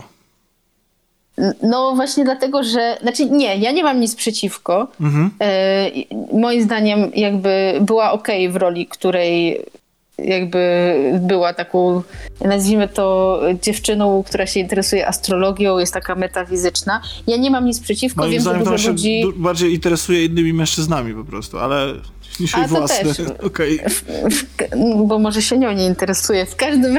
[SPEAKER 3] No właśnie dlatego, że... Znaczy nie, ja nie mam nic przeciwko. Moim zdaniem jakby była okej w roli, której jakby była taką, nazwijmy to, dziewczyną, która się interesuje astrologią, jest taka metafizyczna. Ja nie mam nic przeciwko,
[SPEAKER 4] moim
[SPEAKER 3] wiem, że dużo
[SPEAKER 4] się
[SPEAKER 3] ludzi...
[SPEAKER 4] bardziej interesuje innymi mężczyznami po prostu, ale niż jej własne. Okay.
[SPEAKER 3] Bo może się nią nie interesuje. W każdym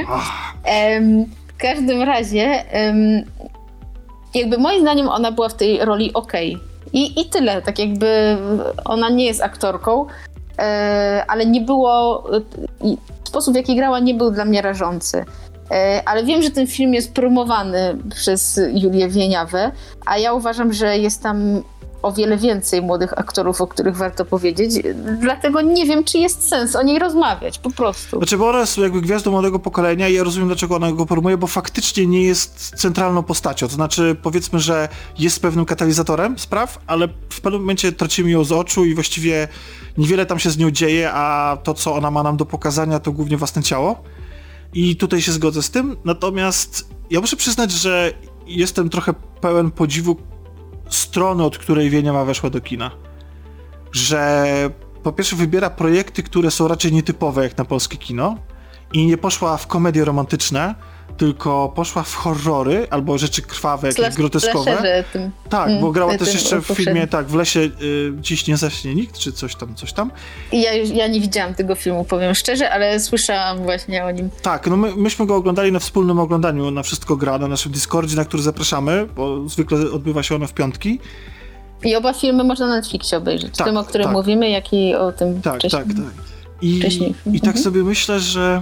[SPEAKER 3] razie jakby moim zdaniem ona była w tej roli okej. I tyle. Tak jakby ona nie jest aktorką, ale nie było... Sposób, w jaki grała, nie był dla mnie rażący. Ale wiem, że ten film jest promowany przez Julię Wieniawę, a ja uważam, że jest tam o wiele więcej młodych aktorów, o których warto powiedzieć. Dlatego nie wiem, czy jest sens o niej rozmawiać, po prostu.
[SPEAKER 4] Znaczy, bo ona jest jakby gwiazdą młodego pokolenia i ja rozumiem, dlaczego ona go promuje, bo faktycznie nie jest centralną postacią. To znaczy, powiedzmy, że jest pewnym katalizatorem spraw, ale w pewnym momencie tracimy ją z oczu i właściwie niewiele tam się z nią dzieje, a to, co ona ma nam do pokazania, to głównie własne ciało. I tutaj się zgodzę z tym. Natomiast ja muszę przyznać, że jestem trochę pełen podziwu strony, od której Wieniawa weszła do kina. Że po pierwsze wybiera projekty, które są raczej nietypowe jak na polskie kino i nie poszła w komedie romantyczne, tylko poszła w horrory albo rzeczy krwawe, jakieś groteskowe. Tak, bo grała też jeszcze w filmie, tak, W lesie dziś nie zaśnie nikt, czy coś tam.
[SPEAKER 3] I ja nie widziałam tego filmu, powiem szczerze, ale słyszałam właśnie o nim.
[SPEAKER 4] Tak, no myśmy go oglądali na wspólnym oglądaniu na Wszystko Gra, na naszym Discordzie, na który zapraszamy, bo zwykle odbywa się ono w piątki. I
[SPEAKER 3] oba filmy można na Netflixie obejrzeć.
[SPEAKER 4] Tak,
[SPEAKER 3] tym, o którym mówimy, jak i o tym wcześniej. Tak.
[SPEAKER 4] I tak sobie myślę, że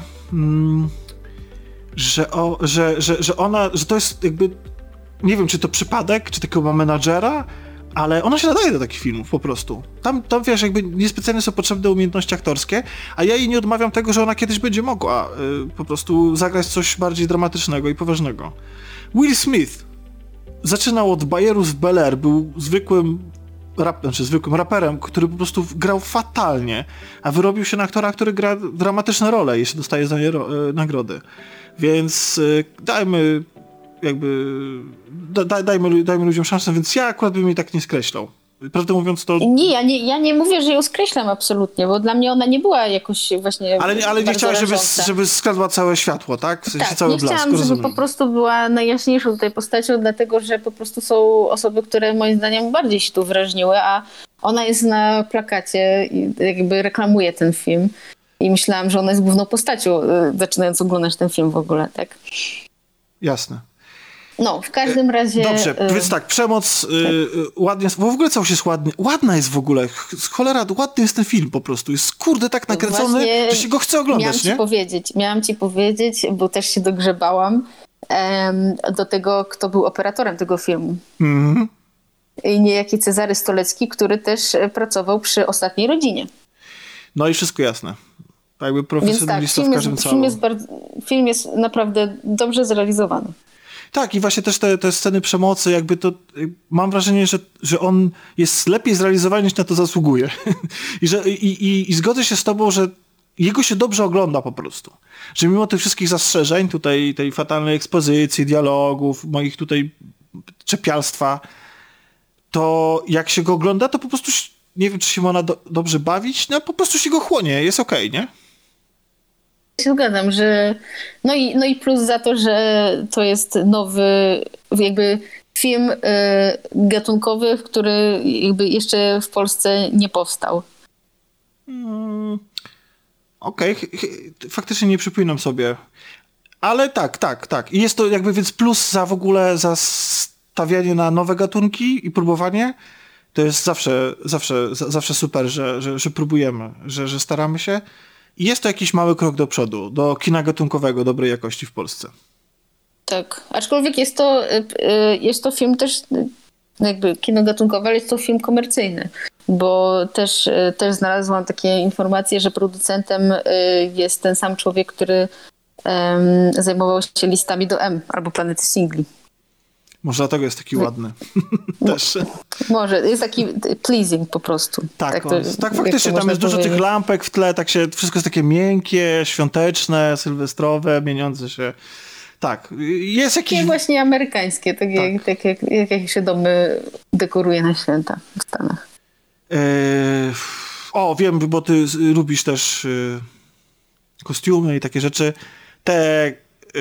[SPEAKER 4] to jest jakby, nie wiem, czy to przypadek, czy takiego ma menadżera, ale ona się nadaje do takich filmów po prostu. Tam wiesz, jakby niespecjalnie są potrzebne umiejętności aktorskie, a ja jej nie odmawiam tego, że ona kiedyś będzie mogła po prostu zagrać coś bardziej dramatycznego i poważnego. Will Smith zaczynał od Bajerów w Bel Air, był zwykłym raperem, który po prostu grał fatalnie, a wyrobił się na aktora, który gra dramatyczne role, jeśli dostaje za nie nagrody. Więc dajmy ludziom szansę, więc ja akurat bym jej tak nie skreślał. Prawdę mówiąc to...
[SPEAKER 3] Nie, ja nie mówię, że ją skreślam absolutnie, bo dla mnie ona nie była jakoś właśnie
[SPEAKER 4] Ale nie chciałaś, żeby skradła całe światło, tak? W sensie
[SPEAKER 3] tak,
[SPEAKER 4] cały
[SPEAKER 3] nie
[SPEAKER 4] blask,
[SPEAKER 3] chciałam, żeby po prostu była najjaśniejszą tutaj postacią, dlatego, że po prostu są osoby, które moim zdaniem bardziej się tu wyraźniły, a ona jest na plakacie i jakby reklamuje ten film. I myślałam, że ona jest główną postacią, zaczynając oglądać ten film w ogóle, tak?
[SPEAKER 4] Jasne.
[SPEAKER 3] No, w każdym razie...
[SPEAKER 4] Dobrze, więc tak, przemoc ładnie... Bo w ogóle całość jest ładnie. Ładna jest w ogóle. Cholera, ładny jest ten film po prostu. Jest kurde tak nakręcony, właśnie, że się go chce oglądać,
[SPEAKER 3] Miałam ci powiedzieć, bo też się dogrzebałam do tego, kto był operatorem tego filmu.
[SPEAKER 4] Mhm.
[SPEAKER 3] I niejaki Cezary Stolecki, który też pracował przy Ostatniej Rodzinie.
[SPEAKER 4] No i wszystko jasne. Jakby profesjonalista w każdym calu.
[SPEAKER 3] Film jest naprawdę dobrze zrealizowany.
[SPEAKER 4] Tak, i właśnie też te sceny przemocy, jakby to mam wrażenie, że on jest lepiej zrealizowany, niż na to zasługuje. I zgodzę się z tobą, że jego się dobrze ogląda po prostu. Że mimo tych wszystkich zastrzeżeń, tutaj tej fatalnej ekspozycji, dialogów, moich tutaj czepialstwa, to jak się go ogląda, to po prostu nie wiem, czy się można dobrze bawić, no po prostu się go chłonie, jest okej, nie?
[SPEAKER 3] Się zgadzam, że no i plus za to, że to jest nowy jakby film gatunkowy, który jakby jeszcze w Polsce nie powstał.
[SPEAKER 4] Okej, faktycznie nie przypominam sobie. Ale tak. I jest to jakby więc plus za w ogóle za stawianie na nowe gatunki i próbowanie. To jest zawsze super, że próbujemy, że staramy się. I jest to jakiś mały krok do przodu, do kina gatunkowego dobrej jakości w Polsce.
[SPEAKER 3] Tak, aczkolwiek jest to film też, jakby kino gatunkowe, ale jest to film komercyjny, bo też znalazłam takie informacje, że producentem jest ten sam człowiek, który zajmował się listami do M albo Planety Singli.
[SPEAKER 4] Może dlatego jest taki ładny. Też.
[SPEAKER 3] Może, jest taki pleasing po prostu.
[SPEAKER 4] Tak faktycznie, tam jest dużo tych lampek w tle, tak się, wszystko jest takie miękkie, świąteczne, sylwestrowe, mieniące się. Tak, jest jakieś...
[SPEAKER 3] Takie właśnie amerykańskie, tak jak się domy dekoruje na święta w Stanach.
[SPEAKER 4] Wiem, bo ty lubisz też kostiumy i takie rzeczy. Te...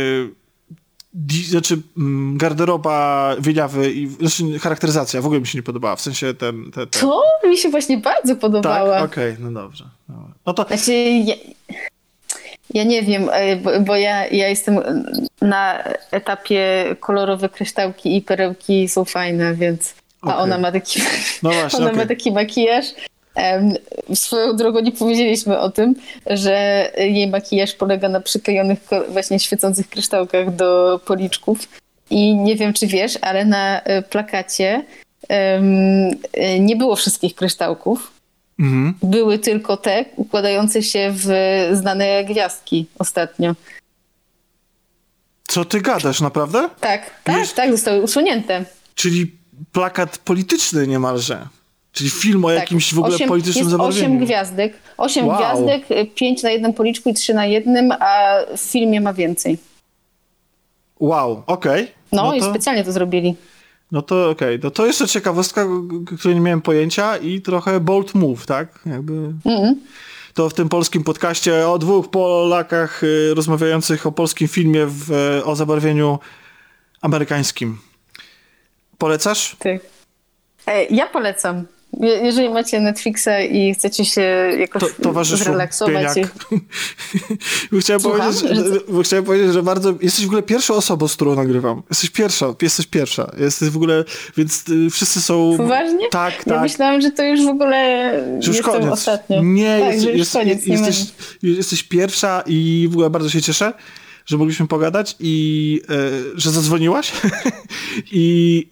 [SPEAKER 4] garderoba, wyjawy i charakteryzacja w ogóle mi się nie podobała, w sensie
[SPEAKER 3] To mi się właśnie bardzo podobała.
[SPEAKER 4] Tak? Okej, no dobrze. No to...
[SPEAKER 3] Znaczy, ja nie wiem, bo ja jestem na etapie kolorowe kryształki i perełki są fajne, więc a ona ma taki ma taki makijaż. Swoją drogą nie powiedzieliśmy o tym, że jej makijaż polega na przyklejonych właśnie świecących kryształkach do policzków i nie wiem, czy wiesz, ale na plakacie nie było wszystkich kryształków. Mhm. Były tylko te układające się w znane gwiazdki ostatnio.
[SPEAKER 4] Co ty gadasz, naprawdę?
[SPEAKER 3] Tak, zostały usunięte.
[SPEAKER 4] Czyli plakat polityczny niemalże. Czyli film o jakimś w ogóle politycznym zabarwieniu.
[SPEAKER 3] 8 gwiazdek. 8 gwiazdek, 5 na jednym policzku i 3 na jednym, a w filmie ma więcej.
[SPEAKER 4] Wow, okej.
[SPEAKER 3] No i specjalnie to zrobili.
[SPEAKER 4] No to okej. No to jeszcze ciekawostka, której nie miałem pojęcia i trochę bold move, tak? Jakby... to w tym polskim podcaście o 2 Polakach rozmawiających o polskim filmie o zabarwieniu amerykańskim. Polecasz?
[SPEAKER 3] Tak. Ja polecam. Jeżeli macie Netflixa i chcecie się jakoś zrelaksować.
[SPEAKER 4] Chciałem powiedzieć, że bardzo... Jesteś w ogóle pierwszą osobą, z którą nagrywam. Jesteś pierwsza. Jesteś w ogóle... Więc wszyscy są...
[SPEAKER 3] Poważnie?
[SPEAKER 4] Tak.
[SPEAKER 3] Ja myślałam, że to już w ogóle
[SPEAKER 4] już
[SPEAKER 3] jestem
[SPEAKER 4] koniec.
[SPEAKER 3] ostatnio.
[SPEAKER 4] Nie,
[SPEAKER 3] koniec.
[SPEAKER 4] Jesteś pierwsza i w ogóle bardzo się cieszę, że mogliśmy pogadać i że zadzwoniłaś. I...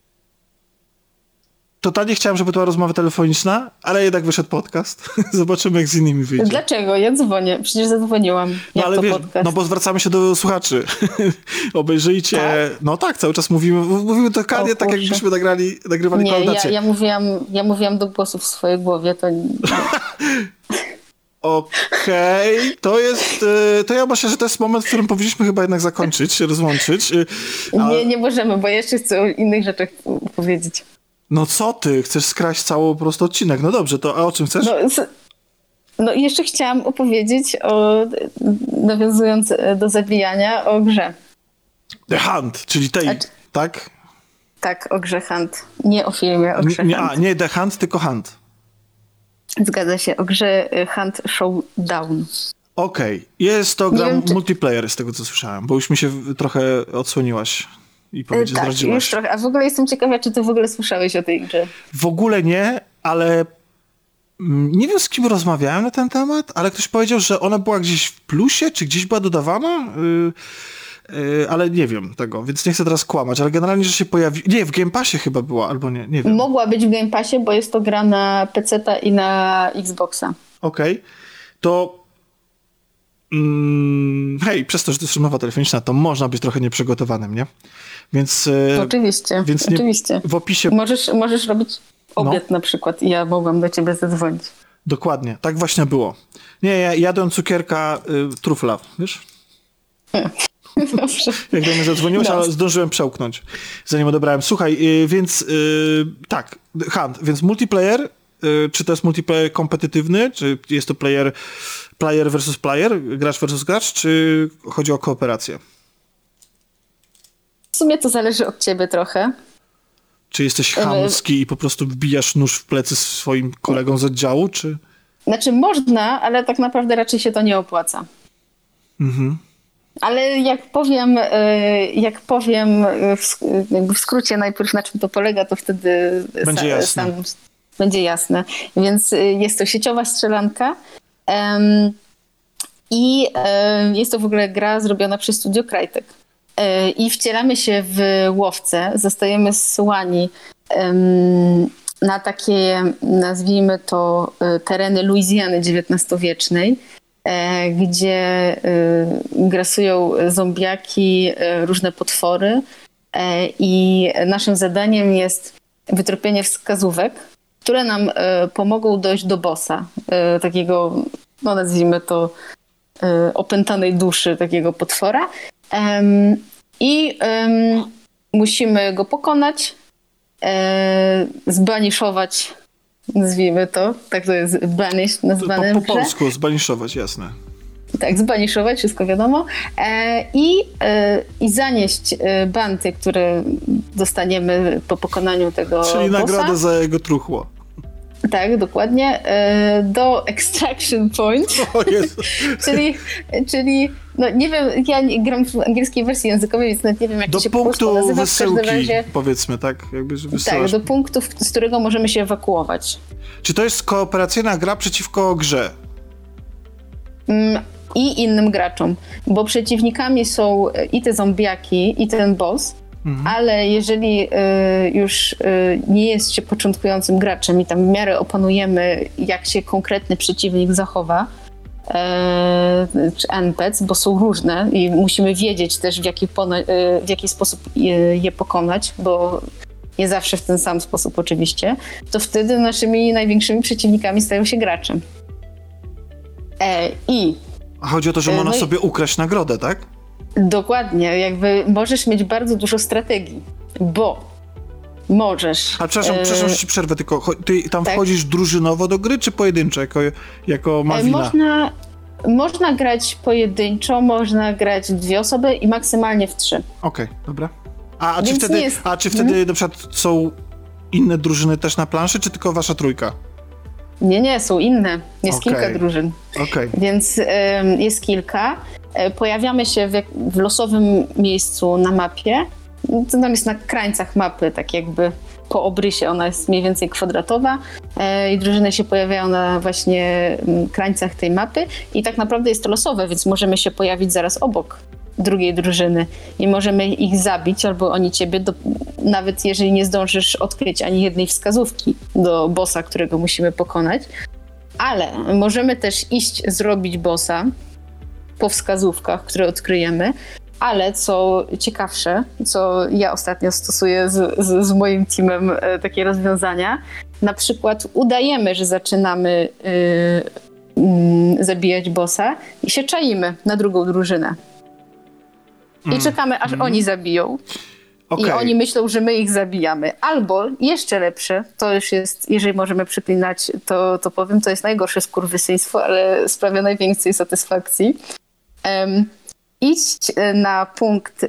[SPEAKER 4] Totalnie chciałem, żeby to była rozmowa telefoniczna, ale jednak wyszedł podcast. Zobaczymy, jak z innymi wyjdzie.
[SPEAKER 3] Dlaczego? Ja dzwonię. Przecież zadzwoniłam.
[SPEAKER 4] No ale wiesz,
[SPEAKER 3] podcast?
[SPEAKER 4] Bo zwracamy się do słuchaczy. Obejrzyjcie. Tak? No tak, cały czas mówimy dokładnie tak, jakbyśmy nagrywali kolaudacji.
[SPEAKER 3] Ja mówiłam do głosów w swojej głowie.
[SPEAKER 4] Okej, to ja myślę, że to jest moment, w którym powinniśmy chyba jednak zakończyć, rozłączyć.
[SPEAKER 3] Nie możemy, bo ja jeszcze chcę o innych rzeczach powiedzieć.
[SPEAKER 4] No co ty? Chcesz skraść cały po prostu odcinek. No dobrze, to a o czym chcesz?
[SPEAKER 3] No jeszcze chciałam opowiedzieć nawiązując do zabijania, o grze.
[SPEAKER 4] The Hunt, czyli tej, tak?
[SPEAKER 3] Tak, o grze Hunt. Nie o filmie, o grze Hunt.
[SPEAKER 4] Nie The Hunt, tylko Hunt.
[SPEAKER 3] Zgadza się, o grze Hunt Showdown.
[SPEAKER 4] Okej. Jest to gra multiplayer, z tego co słyszałem, bo już mi się trochę odsłoniłaś. I
[SPEAKER 3] tak, już trochę. A w ogóle jestem ciekawa, czy ty w ogóle słyszałeś o tej grze?
[SPEAKER 4] W ogóle nie, ale nie wiem, z kim rozmawiałem na ten temat, ale ktoś powiedział, że ona była gdzieś w plusie, czy gdzieś była dodawana, ale nie wiem tego, więc nie chcę teraz kłamać, ale generalnie, że się pojawi... Nie, w Game Passie chyba była, albo nie wiem.
[SPEAKER 3] Mogła być w Game Passie, bo jest to gra na PC-ta i na Xboxa.
[SPEAKER 4] Okej. To hej, przez to, że to jest rozmowa telefoniczna, to można być trochę nieprzygotowanym, nie? Więc...
[SPEAKER 3] Oczywiście, oczywiście.
[SPEAKER 4] W opisie...
[SPEAKER 3] Możesz robić obiad na przykład i ja mogłam do ciebie zadzwonić.
[SPEAKER 4] Dokładnie, tak właśnie było. Nie, ja jadłem cukierka trufla, wiesz?
[SPEAKER 3] Dobrze.
[SPEAKER 4] Jak do mnie zadzwoniłeś, ale zdążyłem przełknąć, zanim odebrałem. Słuchaj, więc tak, Hunt, więc multiplayer, czy to jest multiplayer kompetytywny, czy jest to player versus player, gracz versus gracz, czy chodzi o kooperację?
[SPEAKER 3] W sumie to zależy od ciebie trochę.
[SPEAKER 4] Czy jesteś chamski i po prostu wbijasz nóż w plecy swoim kolegom z oddziału, czy... Znaczy
[SPEAKER 3] można, ale tak naprawdę raczej się to nie opłaca.
[SPEAKER 4] Mhm.
[SPEAKER 3] Ale jak powiem w skrócie najpierw na czym to polega, to wtedy
[SPEAKER 4] będzie jasne.
[SPEAKER 3] Będzie jasne. Więc jest to sieciowa strzelanka i jest to w ogóle gra zrobiona przez Studio Crytek. I wcielamy się w łowcę, zostajemy zsyłani na takie, nazwijmy to, tereny Luizjany XIX-wiecznej, gdzie grasują zombiaki, różne potwory i naszym zadaniem jest wytropienie wskazówek, które nam pomogą dojść do bossa, takiego, no nazwijmy to, opętanej duszy takiego potwora. Musimy go pokonać, zbaniszować, nazwijmy to, tak to jest banish nazwane
[SPEAKER 4] po polsku, zbaniszować, jasne.
[SPEAKER 3] Tak, zbaniszować, wszystko wiadomo. I zanieść banty, które dostaniemy po pokonaniu tego
[SPEAKER 4] Czyli
[SPEAKER 3] bossa.
[SPEAKER 4] nagrodę za jego truchło.
[SPEAKER 3] Tak, dokładnie. Do Extraction Point.
[SPEAKER 4] O Jezu.
[SPEAKER 3] czyli no nie wiem, ja gram w angielskiej wersji językowej, więc nawet nie wiem, jak to się po polsku nazywa. Do punktu
[SPEAKER 4] wysyłki, powiedzmy, tak? Jakby, że
[SPEAKER 3] tak, do punktu, z którego możemy się ewakuować.
[SPEAKER 4] Czy to jest kooperacyjna gra przeciwko grze?
[SPEAKER 3] I innym graczom, bo przeciwnikami są i te zombiaki, i ten boss, ale jeżeli już nie jest się początkującym graczem i tam w miarę opanujemy, jak się konkretny przeciwnik zachowa, czy NPC, bo są różne i musimy wiedzieć też, w jaki sposób je pokonać, bo nie zawsze w ten sam sposób oczywiście, to wtedy naszymi największymi przeciwnikami stają się gracze.
[SPEAKER 4] A chodzi o to, że można sobie ukraść nagrodę, tak?
[SPEAKER 3] Dokładnie, jakby możesz mieć bardzo dużo strategii, bo Możesz.
[SPEAKER 4] A przepraszam, że ci przerwę, tylko ty tam wchodzisz drużynowo do gry, czy pojedynczo, jako Malwina?
[SPEAKER 3] Można grać pojedynczo, można grać 2 osoby i maksymalnie w 3.
[SPEAKER 4] Okej, dobra. Czy wtedy na przykład są inne drużyny też na planszy, czy tylko wasza trójka?
[SPEAKER 3] Nie, są inne. Jest kilka drużyn.
[SPEAKER 4] Okay.
[SPEAKER 3] Więc jest kilka. Pojawiamy się w losowym miejscu na mapie. To tam jest na krańcach mapy, tak jakby po obrysie. Ona jest mniej więcej kwadratowa i drużyny się pojawiają na właśnie krańcach tej mapy i tak naprawdę jest to losowe, więc możemy się pojawić zaraz obok drugiej drużyny i możemy ich zabić albo oni ciebie, nawet jeżeli nie zdążysz odkryć ani jednej wskazówki do bossa, którego musimy pokonać. Ale możemy też iść zrobić bossa po wskazówkach, które odkryjemy, ale co ciekawsze, co ja ostatnio stosuję z moim teamem takie rozwiązania, na przykład udajemy, że zaczynamy zabijać bossa i się czaimy na drugą drużynę. I czekamy, aż oni zabiją. Okay. I oni myślą, że my ich zabijamy. Albo jeszcze lepsze, to już jest, jeżeli możemy przypinać, to powiem, to jest najgorsze skurwysyństwo, ale sprawia najwięcej satysfakcji. Iść na punkt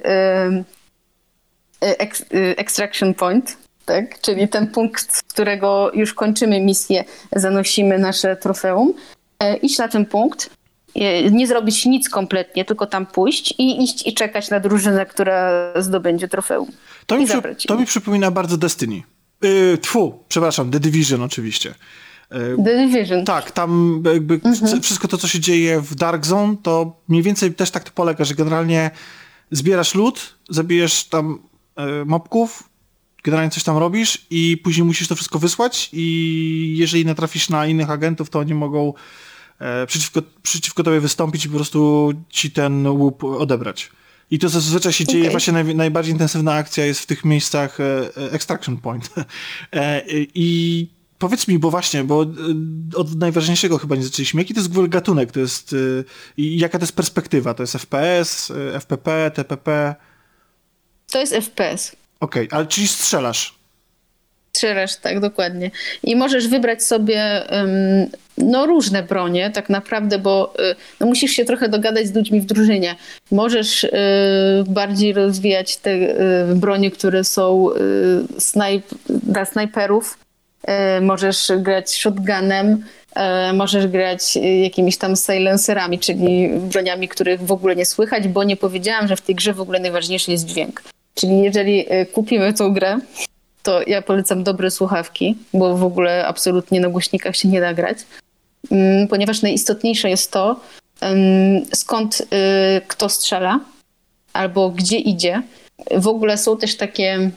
[SPEAKER 3] extraction point, tak? Czyli ten punkt, z którego już kończymy misję, zanosimy nasze trofeum. Iść na ten punkt, nie zrobić nic kompletnie, tylko tam pójść i iść i czekać na drużynę, która zdobędzie trofeum.
[SPEAKER 4] To mi przypomina bardzo Destiny. The Division oczywiście.
[SPEAKER 3] The Division.
[SPEAKER 4] Tak, tam jakby wszystko to, co się dzieje w Dark Zone, to mniej więcej też tak to polega, że generalnie zbierasz loot, zabijesz tam mobków, generalnie coś tam robisz i później musisz to wszystko wysłać i jeżeli natrafisz na innych agentów, to oni mogą przeciwko tobie wystąpić i po prostu ci ten łup odebrać. I to zazwyczaj się dzieje, właśnie najbardziej intensywna akcja jest w tych miejscach Extraction Point. I powiedz mi, bo od najważniejszego chyba nie zaczęliśmy. Jaki to jest w ogóle gatunek? To jest, i jaka to jest perspektywa? To jest FPS, FPP, TPP?
[SPEAKER 3] To jest FPS.
[SPEAKER 4] Okej, ale czyli strzelasz?
[SPEAKER 3] Strzelasz, tak, dokładnie. I możesz wybrać sobie różne bronie tak naprawdę, bo musisz się trochę dogadać z ludźmi w drużynie. Możesz bardziej rozwijać te bronie, które są dla snajperów. Możesz grać shotgunem, możesz grać jakimiś tam silencerami, czyli broniami, których w ogóle nie słychać, bo nie powiedziałam, że w tej grze w ogóle najważniejszy jest dźwięk. Czyli jeżeli kupimy tą grę, to ja polecam dobre słuchawki, bo w ogóle absolutnie na głośnikach się nie da grać, ponieważ najistotniejsze jest to, skąd kto strzela albo gdzie idzie. W ogóle są też takie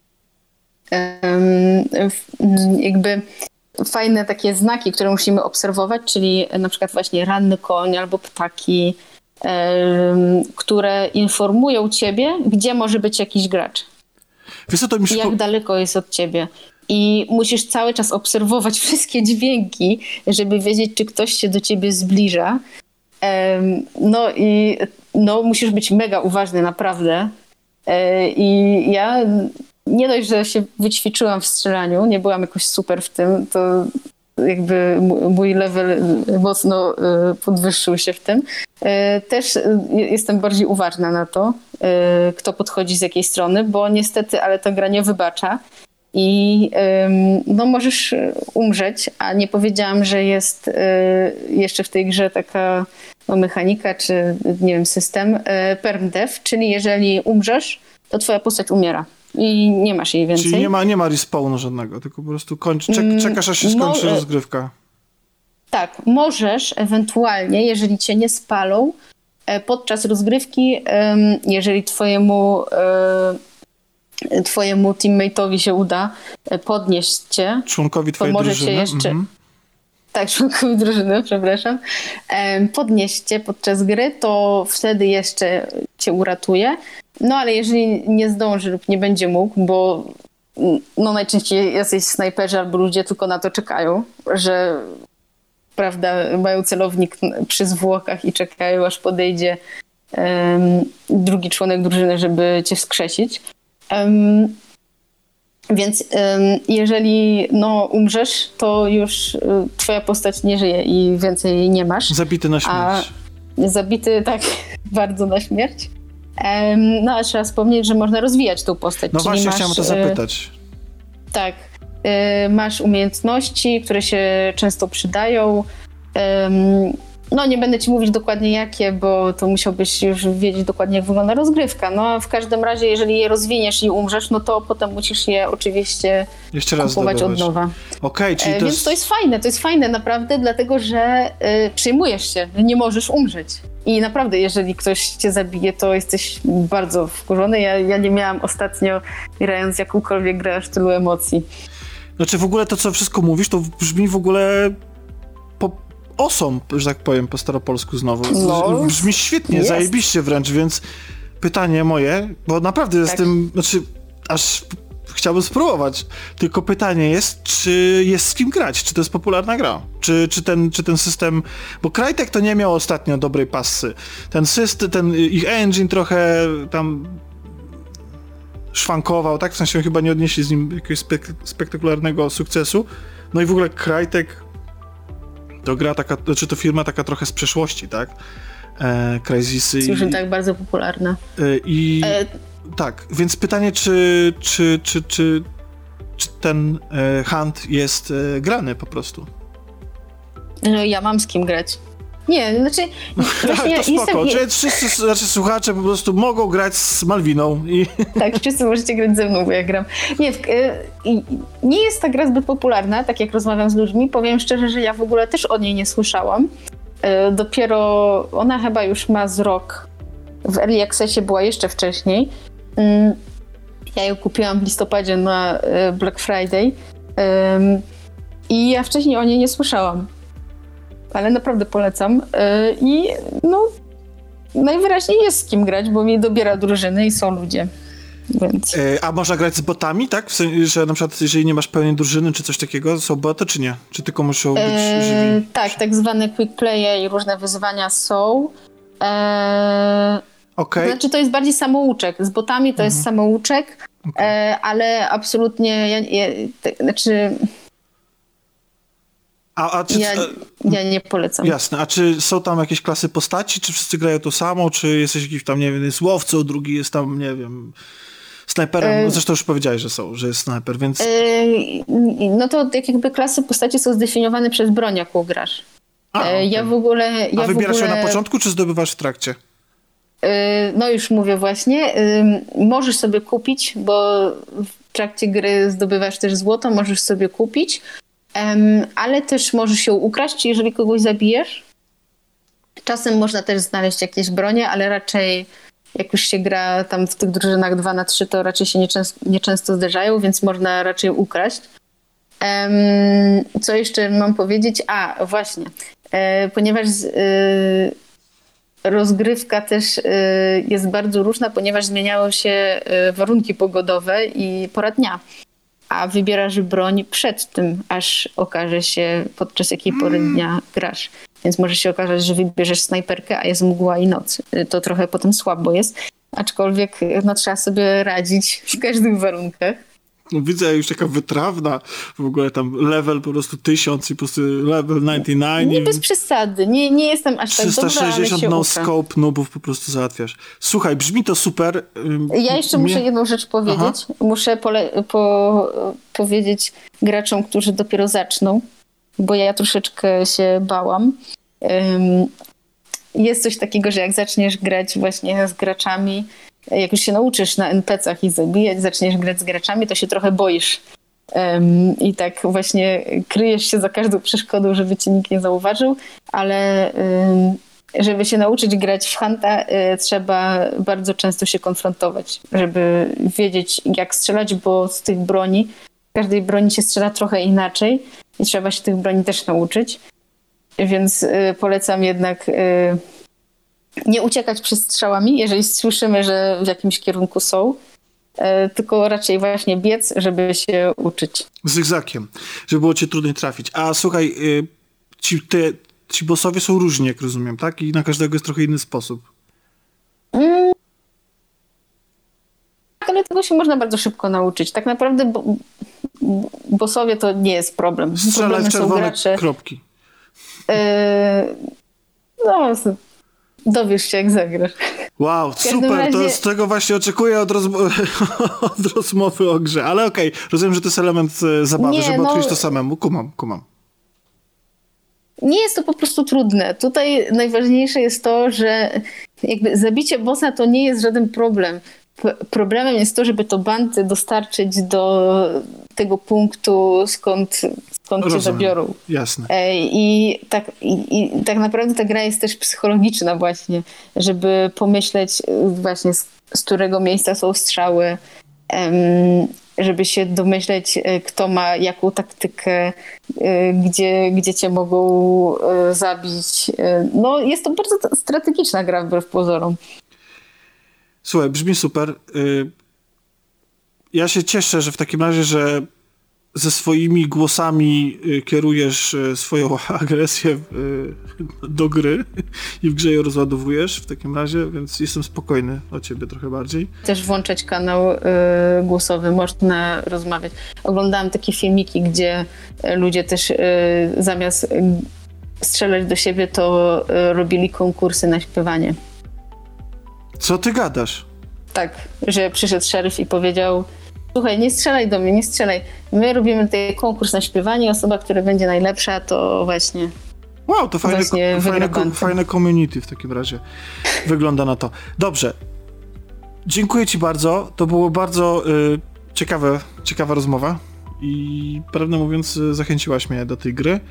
[SPEAKER 3] jakby fajne takie znaki, które musimy obserwować, czyli na przykład właśnie ranny koń albo ptaki, które informują ciebie, gdzie może być jakiś gracz.
[SPEAKER 4] Wiesz co,
[SPEAKER 3] jak daleko jest od ciebie. I musisz cały czas obserwować wszystkie dźwięki, żeby wiedzieć, czy ktoś się do ciebie zbliża. Musisz być mega uważny, naprawdę. I ja nie dość, że się wyćwiczyłam w strzelaniu, nie byłam jakoś super w tym, to jakby mój level mocno podwyższył się w tym. Też jestem bardziej uważna na to, kto podchodzi z jakiej strony, bo niestety, ale ta gra nie wybacza i możesz umrzeć, a nie powiedziałam, że jest jeszcze w tej grze taka mechanika, czy nie wiem, system permadeath, czyli jeżeli umrzesz, to twoja postać umiera. I nie masz jej więcej.
[SPEAKER 4] Czyli nie ma respawnu żadnego, tylko po prostu czekasz, aż się skończy rozgrywka. Tak,
[SPEAKER 3] możesz ewentualnie, jeżeli cię nie spalą, podczas rozgrywki, jeżeli twojemu teammate'owi się uda podnieść cię,
[SPEAKER 4] członkowi twojej drużyny.
[SPEAKER 3] Jeszcze... Tak, członkowi drużyny, przepraszam. Podnieść cię podczas gry, to wtedy jeszcze cię uratuje. No ale jeżeli nie zdąży lub nie będzie mógł, bo najczęściej jacyś snajperzy albo ludzie tylko na to czekają, że prawda, mają celownik przy zwłokach i czekają, aż podejdzie drugi członek drużyny, żeby cię wskrzesić, Więc jeżeli umrzesz, to już twoja postać nie żyje i więcej jej nie masz.
[SPEAKER 4] Zabity na śmierć.
[SPEAKER 3] Zabity, tak, bardzo na śmierć. A trzeba wspomnieć, że można rozwijać tą postać.
[SPEAKER 4] No właśnie, chciałem o to zapytać.
[SPEAKER 3] Tak. Masz umiejętności, które się często przydają. Nie będę ci mówić dokładnie jakie, bo to musiałbyś już wiedzieć dokładnie, jak wygląda rozgrywka. No w każdym razie, jeżeli je rozwiniesz i umrzesz, no to potem musisz je oczywiście
[SPEAKER 1] jeszcze raz
[SPEAKER 3] kupować
[SPEAKER 1] zdobywać.
[SPEAKER 3] od nowa.
[SPEAKER 1] Okej, czyli
[SPEAKER 3] Więc to jest fajne naprawdę, dlatego że przyjmujesz się, nie możesz umrzeć. I naprawdę, jeżeli ktoś cię zabije, to jesteś bardzo wkurzony. Ja nie miałam ostatnio, grając jakąkolwiek grę, aż tylu emocji.
[SPEAKER 4] Znaczy w ogóle to, co wszystko mówisz, to brzmi w ogóle że tak powiem po staropolsku znowu. Brzmi świetnie, zajebiście wręcz, więc pytanie moje, bo naprawdę jestem, aż chciałbym spróbować, tylko pytanie jest, czy jest z kim grać, czy to jest popularna gra, czy ten system, bo Crytek to nie miał ostatnio dobrej passy. Ten system, ten ich engine trochę tam szwankował, tak? W sensie chyba nie odnieśli z nim jakiegoś spektakularnego sukcesu. No i w ogóle Crytek to gra taka, to firma taka trochę z przeszłości, tak? Crysisy.
[SPEAKER 3] Słyszę, tak bardzo popularna.
[SPEAKER 4] Tak, więc pytanie, czy ten Hunt jest grany po prostu?
[SPEAKER 3] No, ja mam z kim grać. Nie, znaczy...
[SPEAKER 4] To spoko, czy wszyscy słuchacze po prostu mogą grać z Malwiną i...
[SPEAKER 3] Tak, wszyscy możecie grać ze mną, bo ja gram. Nie jest ta gra zbyt popularna, tak jak rozmawiam z ludźmi. Powiem szczerze, że ja w ogóle też o niej nie słyszałam. Dopiero ona chyba już ma z rok. W Early Accessie była jeszcze wcześniej. Ja ją kupiłam w listopadzie na Black Friday. I ja wcześniej o niej nie słyszałam. Ale naprawdę polecam. I najwyraźniej jest z kim grać, bo mi dobiera drużyny i są ludzie. Więc...
[SPEAKER 4] A można grać z botami, tak? W sensie, że na przykład jeżeli nie masz pełnej drużyny czy coś takiego, są boty, czy nie? Czy tylko muszą być żywi?
[SPEAKER 3] Tak zwane quick playe i różne wyzwania są.
[SPEAKER 4] Okay.
[SPEAKER 3] Znaczy to jest bardziej samouczek. Z botami to jest samouczek, ale absolutnie ja nie polecam.
[SPEAKER 4] Jasne. A czy są tam jakieś klasy postaci? Czy wszyscy grają to samo? Czy jesteś jakiś tam, nie wiem, jest łowcą, drugi jest tam, nie wiem, snajperem? Zresztą już powiedziałeś, że jest snajper, więc...
[SPEAKER 3] No to jakby klasy postaci są zdefiniowane przez broń, jaką grasz. Ja w ogóle...
[SPEAKER 4] A wybierasz ją na początku, czy zdobywasz w trakcie?
[SPEAKER 3] No już mówię właśnie. Możesz sobie kupić, bo w trakcie gry zdobywasz też złoto, możesz sobie kupić. Ale też możesz ją ukraść, jeżeli kogoś zabijesz. Czasem można też znaleźć jakieś bronie, ale raczej jak już się gra tam w tych drużynach 2-3, to raczej się nieczęsto zdarzają, więc można raczej ukraść. Co jeszcze mam powiedzieć? Właśnie. Ponieważ rozgrywka też jest bardzo różna, ponieważ zmieniały się warunki pogodowe i pora dnia. A wybierasz broń przed tym, aż okaże się, podczas jakiej pory dnia grasz. Więc może się okazać, że wybierzesz snajperkę, a jest mgła i noc. To trochę potem słabo jest. Aczkolwiek trzeba sobie radzić w każdych warunkach.
[SPEAKER 4] No widzę już taka wytrawna, w ogóle tam level po prostu 1000 i po prostu level 99.
[SPEAKER 3] Nie bez przesady, nie jestem aż tak dobra,
[SPEAKER 4] 360 no-scope noobów po prostu załatwiasz. Słuchaj, brzmi to super.
[SPEAKER 3] Ja jeszcze muszę jedną rzecz powiedzieć. Aha. Muszę powiedzieć graczom, którzy dopiero zaczną, bo ja troszeczkę się bałam. Jest coś takiego, że jak zaczniesz grać właśnie z graczami, jak już się nauczysz na NPC-ach i zabijać, zaczniesz grać z graczami, to się trochę boisz. I tak właśnie kryjesz się za każdą przeszkodą, żeby cię nikt nie zauważył, ale żeby się nauczyć grać w Hunta, trzeba bardzo często się konfrontować, żeby wiedzieć, jak strzelać, bo z tych broni, z każdej broni się strzela trochę inaczej i trzeba się tych broni też nauczyć. Więc polecam jednak nie uciekać przed strzałami, jeżeli słyszymy, że w jakimś kierunku są, tylko raczej właśnie biec, żeby się uczyć.
[SPEAKER 4] Zygzakiem, żeby było cię trudniej trafić. A słuchaj, ci bossowie są różni, jak rozumiem, tak? I na każdego jest trochę inny sposób.
[SPEAKER 3] ale tego się można bardzo szybko nauczyć. Tak naprawdę bossowie to nie jest problem.
[SPEAKER 4] Strzelaj w czerwone kropki.
[SPEAKER 3] No, dowiesz się, jak zagrasz.
[SPEAKER 4] Wow, super, razie... to z tego właśnie oczekuję od rozmowy o grze. Ale okej, rozumiem, że to jest element zabawy, żeby odkryć to samemu. Kumam.
[SPEAKER 3] Nie jest to po prostu trudne. Tutaj najważniejsze jest to, że jakby zabicie bossa to nie jest żaden problem. Problemem jest to, żeby to banty dostarczyć do tego punktu, skąd cię zabiorą.
[SPEAKER 4] Jasne.
[SPEAKER 3] I tak naprawdę ta gra jest też psychologiczna właśnie, żeby pomyśleć właśnie z którego miejsca są strzały, żeby się domyśleć, kto ma jaką taktykę, gdzie cię mogą zabić. No jest to bardzo strategiczna gra wbrew pozorom.
[SPEAKER 4] Słuchaj, brzmi super. Ja się cieszę, że w takim razie, że ze swoimi głosami kierujesz swoją agresję do gry i w grze ją rozładowujesz w takim razie, więc jestem spokojny o ciebie trochę bardziej.
[SPEAKER 3] Też włączać kanał głosowy, można rozmawiać. Oglądałam takie filmiki, gdzie ludzie też zamiast strzelać do siebie, to robili konkursy na śpiewanie.
[SPEAKER 4] Co ty gadasz?
[SPEAKER 3] Tak, że przyszedł szeryf i powiedział: słuchaj, nie strzelaj do mnie, nie strzelaj. My robimy tutaj konkurs na śpiewanie, osoba, która będzie najlepsza, to właśnie...
[SPEAKER 4] Wow, to fajne community w takim razie wygląda na to. Dobrze, dziękuję ci bardzo. To było bardzo ciekawa rozmowa i prawdę mówiąc zachęciłaś mnie do tej gry.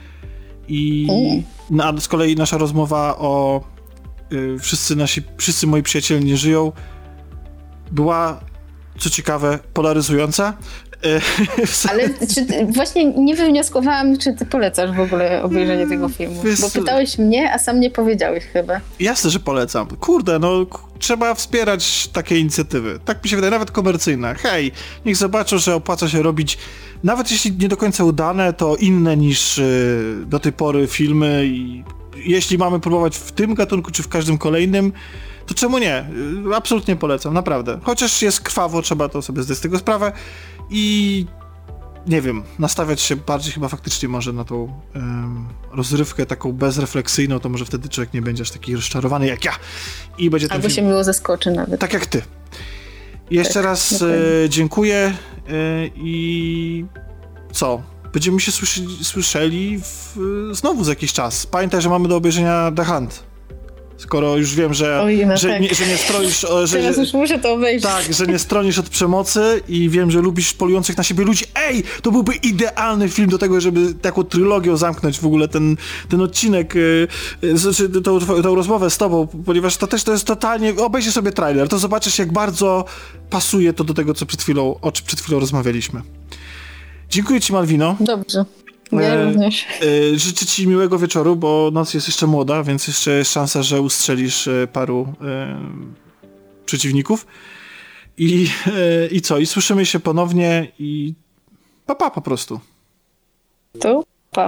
[SPEAKER 4] A z kolei nasza rozmowa o wszyscy moi przyjaciele nie żyją była, co ciekawe, polaryzująca.
[SPEAKER 3] Ale właśnie nie wywnioskowałam, czy ty polecasz w ogóle obejrzenie tego filmu. Bo pytałeś mnie, a sam nie powiedziałeś chyba.
[SPEAKER 4] Jasne, że polecam. Kurde, trzeba wspierać takie inicjatywy. Tak mi się wydaje, nawet komercyjne. Hej, niech zobaczą, że opłaca się robić, nawet jeśli nie do końca udane, to inne niż do tej pory filmy i jeśli mamy próbować w tym gatunku, czy w każdym kolejnym, to czemu nie? Absolutnie polecam, naprawdę. Chociaż jest krwawo, trzeba to sobie zdać z tego sprawę i nie wiem, nastawiać się bardziej chyba faktycznie może na tą rozrywkę taką bezrefleksyjną, to może wtedy człowiek nie będzie aż taki rozczarowany jak ja. I będzie
[SPEAKER 3] albo się miło zaskoczy nawet.
[SPEAKER 4] Tak jak ty. Jeszcze raz dziękuję i co? Będziemy się słyszeli znowu za jakiś czas. Pamiętaj, że mamy do obejrzenia The Hunt. Skoro już wiem, że nie stronisz...
[SPEAKER 3] Teraz już muszę to obejrzeć.
[SPEAKER 4] Tak, że nie stronisz od przemocy i wiem, że lubisz polujących na siebie ludzi. Ej, to byłby idealny film do tego, żeby taką trylogią zamknąć w ogóle ten odcinek, tą rozmowę z tobą, ponieważ to jest totalnie... Obejrzyj sobie trailer, to zobaczysz, jak bardzo pasuje to do tego, o czym przed chwilą rozmawialiśmy. Dziękuję ci, Malwino.
[SPEAKER 3] Dobrze. Ja również.
[SPEAKER 4] Życzę ci miłego wieczoru, bo noc jest jeszcze młoda, więc jeszcze jest szansa, że ustrzelisz paru przeciwników. I co? I słyszymy się ponownie i pa po prostu.
[SPEAKER 3] To pa.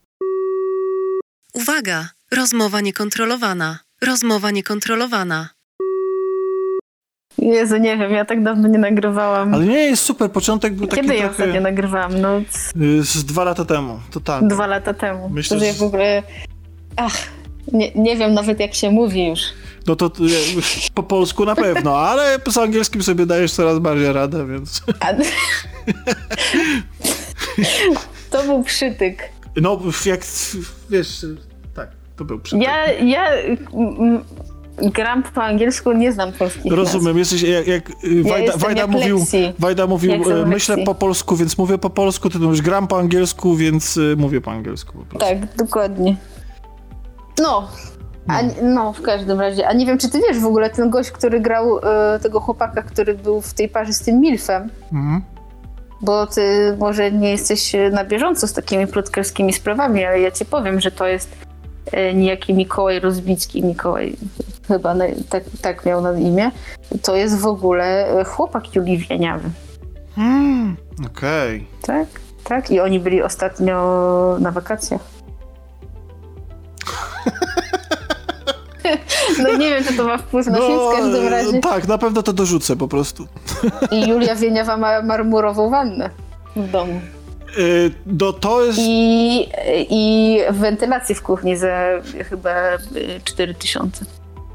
[SPEAKER 2] Uwaga! Rozmowa niekontrolowana. Rozmowa niekontrolowana.
[SPEAKER 3] Jezu, nie wiem, ja tak dawno nie nagrywałam.
[SPEAKER 4] Ale nie, jest super, początek był taki
[SPEAKER 3] Kiedy ja ostatnio nagrywałam?
[SPEAKER 4] Z 2 lata temu, totalnie.
[SPEAKER 3] 2 lata temu. Myślę, że ja w ogóle... nie wiem nawet jak się mówi już.
[SPEAKER 4] No to po polsku na pewno, ale z angielskim sobie dajesz coraz bardziej radę, więc...
[SPEAKER 3] To był przytyk.
[SPEAKER 4] No, jak wiesz, tak, to był przytyk.
[SPEAKER 3] Ja gram po angielsku, nie znam polskich
[SPEAKER 4] Rozumiem, jesteś jak Wajda mówił, myślę po polsku, więc mówię po polsku, ty mówisz gram po angielsku, więc mówię po angielsku po prostu.
[SPEAKER 3] Tak, dokładnie. W każdym razie. A nie wiem, czy ty wiesz w ogóle, ten gość, który grał tego chłopaka, który był w tej parze z tym milfem, bo ty może nie jesteś na bieżąco z takimi plotkarskimi sprawami, ale ja ci powiem, że to jest niejaki Mikołaj Rozbicki, chyba tak miał na imię, to jest w ogóle chłopak Julii Wieniawy.
[SPEAKER 4] Okej.
[SPEAKER 3] Tak. I oni byli ostatnio na wakacjach. No nie wiem, czy to ma wpływ na film w każdym razie.
[SPEAKER 4] Tak, na pewno to dorzucę po prostu.
[SPEAKER 3] I Julia Wieniawa ma marmurową wannę w domu.
[SPEAKER 4] To jest...
[SPEAKER 3] I wentylację w kuchni za chyba 4000.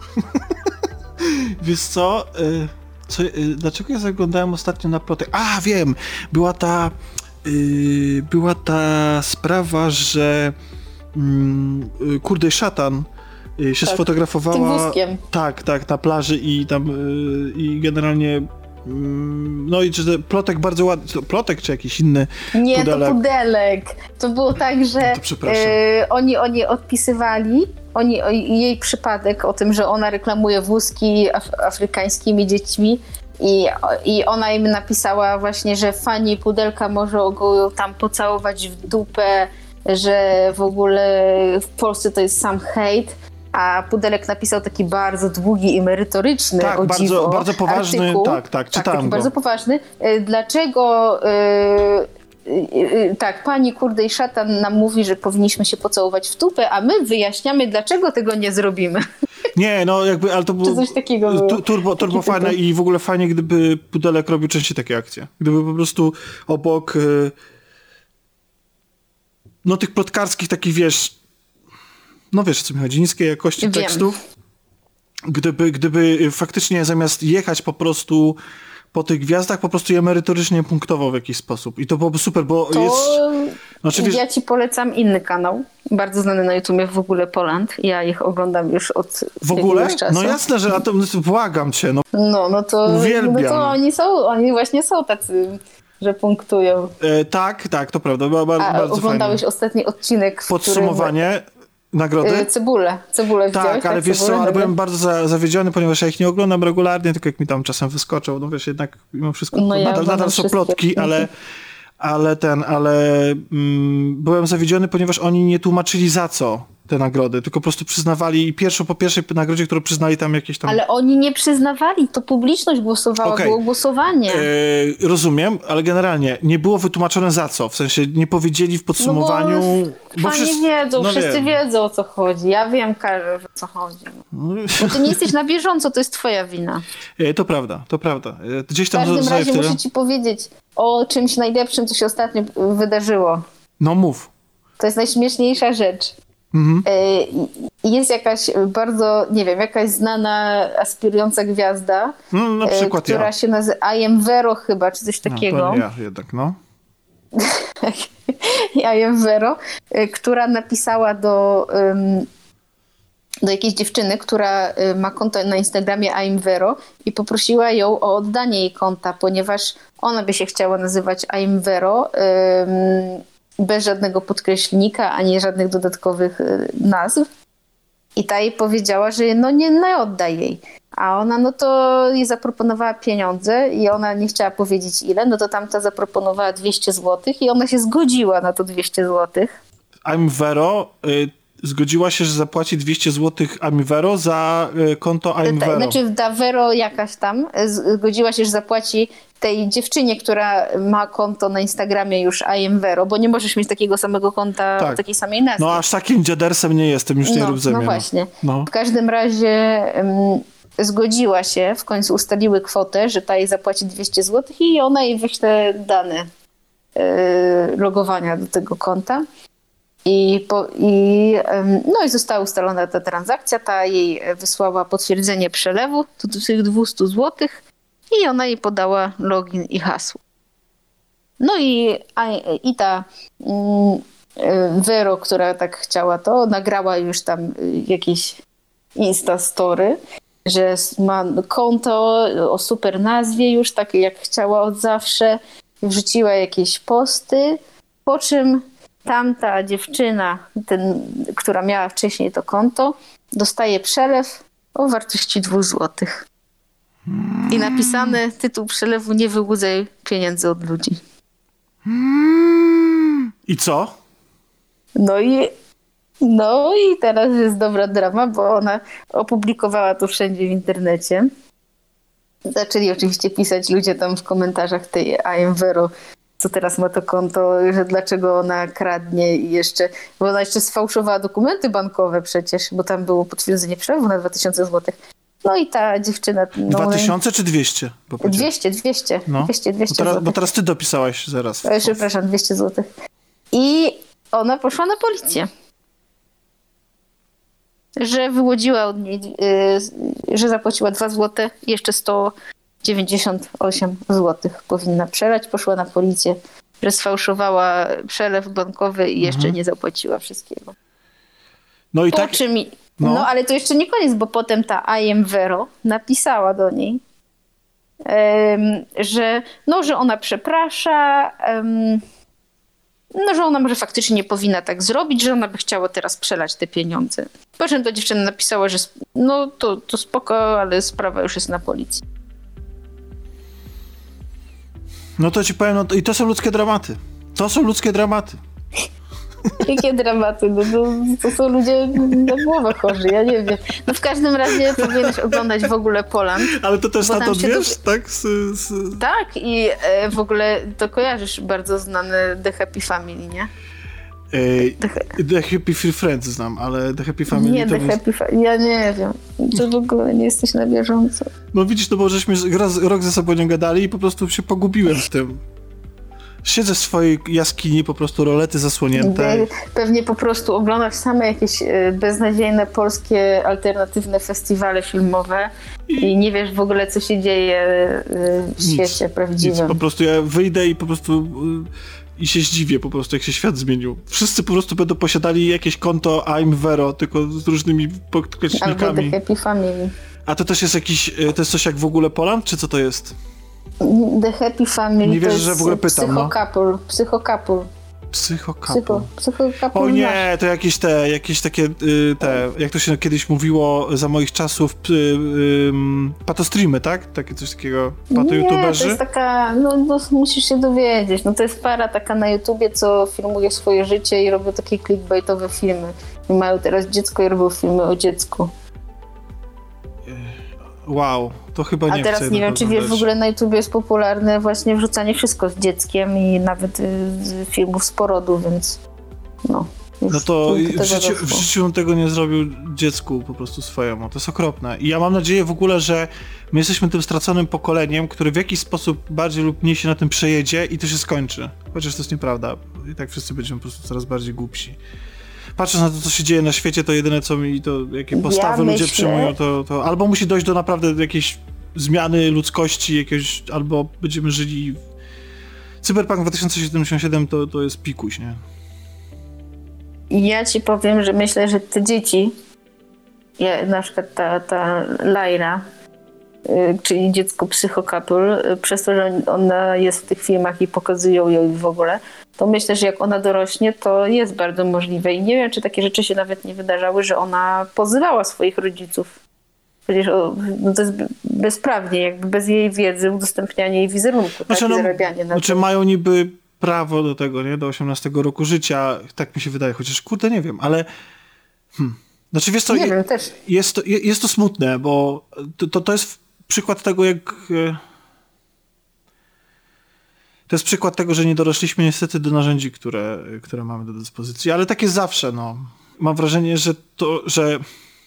[SPEAKER 4] Wiesz co? Dlaczego ja zaglądałem ostatnio na plotek? A, wiem! Była ta sprawa, że kurde, szatan się sfotografowała...
[SPEAKER 3] Tym wózkiem.
[SPEAKER 4] Tak, na plaży i tam i generalnie no i czy plotek bardzo ładny, plotek czy jakiś inny
[SPEAKER 3] Nie,
[SPEAKER 4] pudelek.
[SPEAKER 3] to pudelek. To było tak, że oni odpisywali jej przypadek o tym, że ona reklamuje wózki afrykańskimi dziećmi i ona im napisała właśnie, że fani pudelka mogą go tam pocałować w dupę, że w ogóle w Polsce to jest sam hejt. A Pudelek napisał taki bardzo długi i merytoryczny,
[SPEAKER 4] bardzo poważny
[SPEAKER 3] artykuł.
[SPEAKER 4] Tak, czytałem go.
[SPEAKER 3] Bardzo poważny. Dlaczego pani kurde i szatan nam mówi, że powinniśmy się pocałować w dupę, a my wyjaśniamy, dlaczego tego nie zrobimy.
[SPEAKER 4] Nie, no jakby, ale to było
[SPEAKER 3] coś takiego było.
[SPEAKER 4] Turbo fajne i w ogóle fajnie, gdyby Pudelek robił częściej takie akcje. Gdyby po prostu obok no tych plotkarskich takich, wiesz, o co mi chodzi, niskiej jakości tekstów. Gdyby faktycznie zamiast jechać po prostu po tych gwiazdach, po prostu je merytorycznie punktował w jakiś sposób. I to byłoby super, bo
[SPEAKER 3] to
[SPEAKER 4] jest...
[SPEAKER 3] Ja ci polecam inny kanał, bardzo znany na YouTubie, W ogóle Poland. Ja ich oglądam już od
[SPEAKER 4] W ogóle?
[SPEAKER 3] jakiegoś czasu.
[SPEAKER 4] No jasne, że błagam cię.
[SPEAKER 3] No to
[SPEAKER 4] uwielbiam.
[SPEAKER 3] No to oni właśnie są tacy, że punktują.
[SPEAKER 4] Tak, to prawda. Bardzo
[SPEAKER 3] oglądałeś
[SPEAKER 4] fajnie.
[SPEAKER 3] ostatni odcinek,
[SPEAKER 4] podsumowanie nagrody?
[SPEAKER 3] Cebulę widziałeś?
[SPEAKER 4] Tak, ale wiesz co, ale byłem bardzo zawiedziony, ponieważ ja ich nie oglądam regularnie, tylko jak mi tam czasem wyskoczą, no wiesz, jednak mimo wszystko nadal są plotki, ale byłem zawiedziony, ponieważ oni nie tłumaczyli za co te nagrody, tylko po prostu przyznawali po pierwszej nagrodzie, którą przyznali tam jakieś tam...
[SPEAKER 3] Ale oni nie przyznawali, to publiczność głosowała, było głosowanie.
[SPEAKER 4] Rozumiem, ale generalnie nie było wytłumaczone za co, w sensie nie powiedzieli w podsumowaniu...
[SPEAKER 3] Bo wszyscy wiedzą, wszyscy wiedzą o co chodzi, ja wiem, o co chodzi. Bo ty nie jesteś na bieżąco, to jest twoja wina.
[SPEAKER 4] To prawda. Gdzieś tam
[SPEAKER 3] w każdym razie muszę ci powiedzieć o czymś najlepszym, co się ostatnio wydarzyło.
[SPEAKER 4] No mów.
[SPEAKER 3] To jest najśmieszniejsza rzecz.
[SPEAKER 4] Mhm.
[SPEAKER 3] Jest jakaś bardzo, nie wiem, jakaś znana aspirująca gwiazda,
[SPEAKER 4] na przykład
[SPEAKER 3] która się nazywa I Am Vero chyba, czy coś takiego.
[SPEAKER 4] No, ja jednak, no.
[SPEAKER 3] I Am Vero, która napisała do jakiejś dziewczyny, która ma konto na Instagramie I Am Vero i poprosiła ją o oddanie jej konta, ponieważ ona by się chciała nazywać I Am Vero bez żadnego podkreślnika, ani żadnych dodatkowych nazw. I ta jej powiedziała, że nie oddaj jej. A ona, to jej zaproponowała pieniądze i ona nie chciała powiedzieć ile, to tamta zaproponowała 200 zł i ona się zgodziła na to 200 zł.
[SPEAKER 4] I'm Vero zgodziła się, że zapłaci 200 zł I'm Vero za konto I'm Vero.
[SPEAKER 3] Znaczy ta Vero jakaś tam zgodziła się, że zapłaci tej dziewczynie, która ma konto na Instagramie już I Am Vero, bo nie możesz mieć takiego samego konta, takiej samej nazwy.
[SPEAKER 4] No aż takim dziadersem nie jestem, już nie rób ze mnie.
[SPEAKER 3] No właśnie. No. W każdym razie zgodziła się, w końcu ustaliły kwotę, że ta jej zapłaci 200 zł i ona jej wyśle dane logowania do tego konta. I została ustalona ta transakcja, ta jej wysłała potwierdzenie przelewu do tych 200 zł i ona jej podała login i hasło. No i ta Vero, która tak chciała to, nagrała już tam jakieś Instastory, że ma konto o super nazwie już, takie jak chciała od zawsze, wrzuciła jakieś posty, po czym tamta dziewczyna, która miała wcześniej to konto, dostaje przelew o wartości 2 zł. I napisany tytuł przelewu: nie wyłudzaj pieniędzy od ludzi.
[SPEAKER 4] I co?
[SPEAKER 3] No i teraz jest dobra drama, bo ona opublikowała to wszędzie w internecie. Zaczęli oczywiście pisać ludzie tam w komentarzach tej I Am Vero, co teraz ma to konto, że dlaczego ona kradnie i jeszcze, bo ona jeszcze sfałszowała dokumenty bankowe przecież, bo tam było potwierdzenie przelewu na 2000 zł. No i ta dziewczyna...
[SPEAKER 4] 2000 czy 200?
[SPEAKER 3] 200
[SPEAKER 4] no.
[SPEAKER 3] 200
[SPEAKER 4] bo teraz ty dopisałaś zaraz.
[SPEAKER 3] Przepraszam, 200 zł. I ona poszła na policję. Że wyłodziła od niej, że zapłaciła 2 zł, jeszcze 198 zł powinna przelać. Poszła na policję, że sfałszowała przelew bankowy i jeszcze nie zapłaciła wszystkiego.
[SPEAKER 4] No i
[SPEAKER 3] po
[SPEAKER 4] tak...
[SPEAKER 3] czym, no ale to jeszcze nie koniec, bo potem ta I am Vero napisała do niej, że ona przeprasza, że ona może faktycznie nie powinna tak zrobić, że ona by chciała teraz przelać te pieniądze. Po czym ta dziewczyna napisała, że to spoko, ale sprawa już jest na policji.
[SPEAKER 4] No to ci powiem, i to są ludzkie dramaty. To są ludzkie dramaty.
[SPEAKER 3] Jakie dramaty? To są ludzie na głowę chorzy, ja nie wiem. No w każdym razie powinieneś oglądać w ogóle Poland.
[SPEAKER 4] Ale to też na to wiesz, tak?
[SPEAKER 3] Tak i w ogóle to kojarzysz bardzo znane The Happy Family, nie?
[SPEAKER 4] The Happy Few Friends znam, ale The Happy Family...
[SPEAKER 3] Nie, The Happy Family, ja nie wiem. To w ogóle nie jesteś na bieżąco.
[SPEAKER 4] No widzisz, no bo żeśmy rok ze sobą nie gadali i po prostu się pogubiłem z tym. Siedzę w swojej jaskini, po prostu rolety zasłonięte.
[SPEAKER 3] Pewnie po prostu oglądasz same jakieś beznadziejne polskie alternatywne festiwale filmowe i nie wiesz w ogóle, co się dzieje w świecie prawdziwym.
[SPEAKER 4] Nic. Po prostu ja wyjdę i po prostu i się zdziwię po prostu, jak się świat zmienił. Wszyscy po prostu będą posiadali jakieś konto I'm Vero, tylko z różnymi podkreślnikami.
[SPEAKER 3] Albo The Happy Family.
[SPEAKER 4] A to też jest jakiś, to jest coś jak w ogóle Poland, czy co to jest?
[SPEAKER 3] The Happy Family
[SPEAKER 4] nie wierzę,
[SPEAKER 3] to jest
[SPEAKER 4] że w ogóle pytam,
[SPEAKER 3] Psychokapul.
[SPEAKER 4] O nie, to jakieś takie jak to się kiedyś mówiło za moich czasów, patostreamy, tak? Takie coś takiego, pato-youtuberzy?
[SPEAKER 3] To jest taka, musisz się dowiedzieć, to jest para taka na YouTubie, co filmuje swoje życie i robią takie clickbaitowe filmy. I mają teraz dziecko i robią filmy o dziecku.
[SPEAKER 4] Wow, to chyba nie chcę.
[SPEAKER 3] A teraz nie wiem, czy wiesz, w ogóle na YouTubie jest popularne właśnie wrzucanie wszystko z dzieckiem i nawet z filmów z porodu, więc no to
[SPEAKER 4] w życiu tego nie zrobił dziecku po prostu swojemu. To jest okropne. I ja mam nadzieję w ogóle, że my jesteśmy tym straconym pokoleniem, który w jakiś sposób bardziej lub mniej się na tym przejedzie i to się skończy. Chociaż to jest nieprawda. I tak wszyscy będziemy po prostu coraz bardziej głupsi. Patrząc na to, co się dzieje na świecie, to jedyne, co mi to, jakie postawy ludzie przyjmują, to albo musi dojść do naprawdę jakiejś zmiany ludzkości, albo będziemy żyli... Cyberpunk 2077 to jest pikuś, nie?
[SPEAKER 3] Ja ci powiem, że myślę, że te dzieci, na przykład ta Lyra, czyli dziecko psychokapul, przez to, że ona jest w tych filmach i pokazują ją w ogóle, to myślę, że jak ona dorośnie, to jest bardzo możliwe. I nie wiem, czy takie rzeczy się nawet nie wydarzały, że ona pozywała swoich rodziców. Przecież to jest bezprawnie, jakby bez jej wiedzy, udostępnianie jej wizerunku, zarabianie na
[SPEAKER 4] tym. Mają niby prawo do tego, nie? Do 18 roku życia, tak mi się wydaje, chociaż kurde nie wiem, ale... Znaczy wiesz co,
[SPEAKER 3] nie wiem, też.
[SPEAKER 4] Jest to smutne, bo to jest przykład tego, jak... To jest przykład tego, że nie dorośliśmy niestety do narzędzi, które mamy do dyspozycji, ale tak jest zawsze, no. Mam wrażenie, że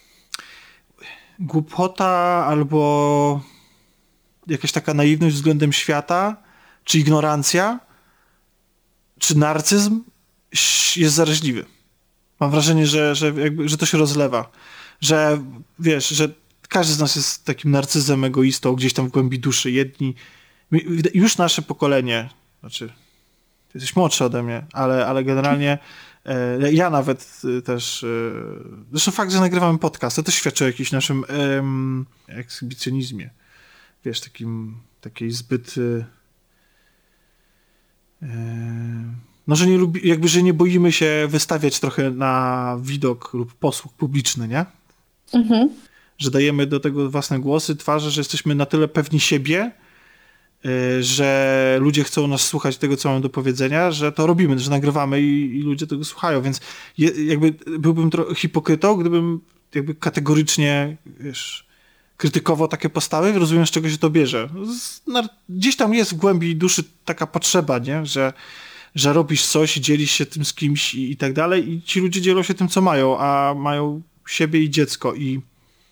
[SPEAKER 4] głupota albo jakaś taka naiwność względem świata, czy ignorancja, czy narcyzm jest zaraźliwy. Mam wrażenie, że to się rozlewa. Że wiesz, że każdy z nas jest takim narcyzem, egoistą, gdzieś tam w głębi duszy. Już nasze pokolenie, znaczy ty jesteś młodszy ode mnie, ale generalnie ja nawet też, zresztą fakt, że nagrywamy podcast, to też świadczy o jakimś naszym ekshibicjonizmie. Wiesz, takiej zbyt że nie boimy się wystawiać trochę na widok lub posług publiczny, nie? Mhm. Że dajemy do tego własne głosy, twarze, że jesteśmy na tyle pewni siebie, że ludzie chcą nas słuchać tego, co mamy do powiedzenia, że to robimy, że nagrywamy i ludzie tego słuchają, więc jakby byłbym hipokrytą, gdybym jakby kategorycznie, wiesz, krytykował takie postawy, rozumiem, z czego się to bierze. Gdzieś tam jest w głębi duszy taka potrzeba, nie? Że robisz coś, dzielisz się tym z kimś i tak dalej i ci ludzie dzielą się tym, co mają, a mają siebie i dziecko i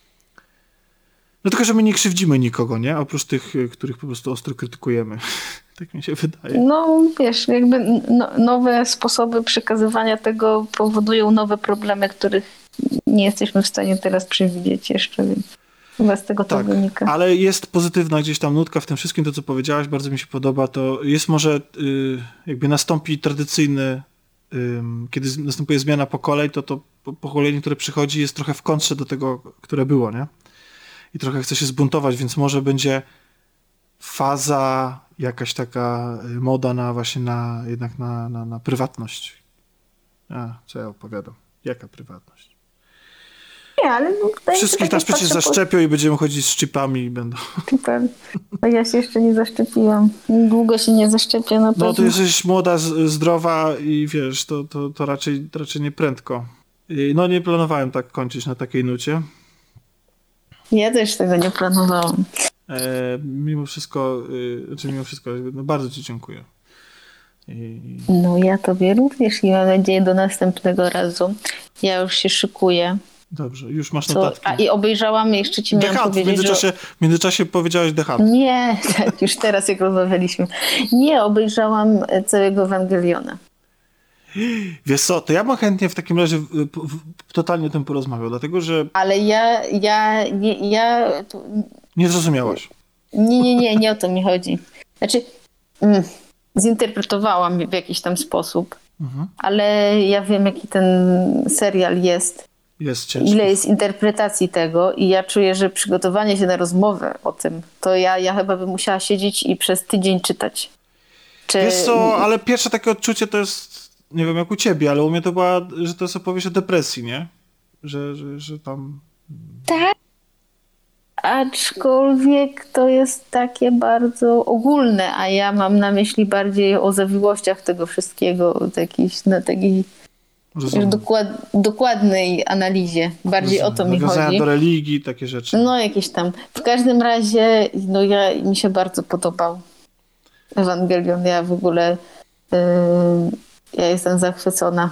[SPEAKER 4] no tylko, że my nie krzywdzimy nikogo, nie? Oprócz tych, których po prostu ostro krytykujemy. Tak mi się wydaje.
[SPEAKER 3] No wiesz, jakby nowe sposoby przekazywania tego powodują nowe problemy, których nie jesteśmy w stanie teraz przewidzieć jeszcze, więc chyba z tego to wynika.
[SPEAKER 4] Ale jest pozytywna gdzieś tam nutka w tym wszystkim, to co powiedziałaś, bardzo mi się podoba, to jest może jakby nastąpi tradycyjny, kiedy następuje zmiana pokoleń, to pokolenie, które przychodzi jest trochę w kontrze do tego, które było, nie? I trochę chce się zbuntować, więc może będzie faza, jakaś taka moda na właśnie jednak na prywatność. Co ja opowiadam? Jaka prywatność?
[SPEAKER 3] Nie, ale
[SPEAKER 4] wszystkich nas przecież zaszczepią i będziemy chodzić z chipami i będą.
[SPEAKER 3] A ja się jeszcze nie zaszczepiłam. Długo się nie zaszczepię na pewno.
[SPEAKER 4] No to jesteś młoda, zdrowa i wiesz, to raczej nie prędko. No nie planowałem tak kończyć na takiej nucie.
[SPEAKER 3] Ja też tego nie planowałam.
[SPEAKER 4] Mimo wszystko, no bardzo ci dziękuję.
[SPEAKER 3] No ja tobie również i mam nadzieję do następnego razu. Ja już się szykuję.
[SPEAKER 4] Dobrze, już masz notatki.
[SPEAKER 3] I obejrzałam, jeszcze ci miałam powiedzieć,
[SPEAKER 4] w międzyczasie powiedziałeś The Hunt.
[SPEAKER 3] Nie, tak, już teraz jak rozmawialiśmy. Nie, obejrzałam całego Ewangeliona.
[SPEAKER 4] Wiesz co, to ja bym chętnie w takim razie totalnie o tym porozmawiał, dlatego że...
[SPEAKER 3] Ale ja...
[SPEAKER 4] Nie zrozumiałaś.
[SPEAKER 3] Nie o to mi chodzi. Znaczy, zinterpretowałam w jakiś tam sposób, ale ja wiem, jaki ten serial jest.
[SPEAKER 4] Jest ciężki.
[SPEAKER 3] Ile jest interpretacji tego i ja czuję, że przygotowanie się na rozmowę o tym, to ja chyba bym musiała siedzieć i przez tydzień czytać.
[SPEAKER 4] Wiesz co, ale pierwsze takie odczucie to jest, nie wiem jak u ciebie, ale u mnie to była, że to jest opowieść o depresji, nie? Że tam...
[SPEAKER 3] Tak. Aczkolwiek to jest takie bardzo ogólne, a ja mam na myśli bardziej o zawiłościach tego wszystkiego, takiej dokładnej analizie. Bardziej o to mi chodzi.
[SPEAKER 4] Do religii, takie rzeczy.
[SPEAKER 3] No jakieś tam. W każdym razie mi się bardzo podobał Ewangelion. Ja w ogóle ja jestem zachwycona.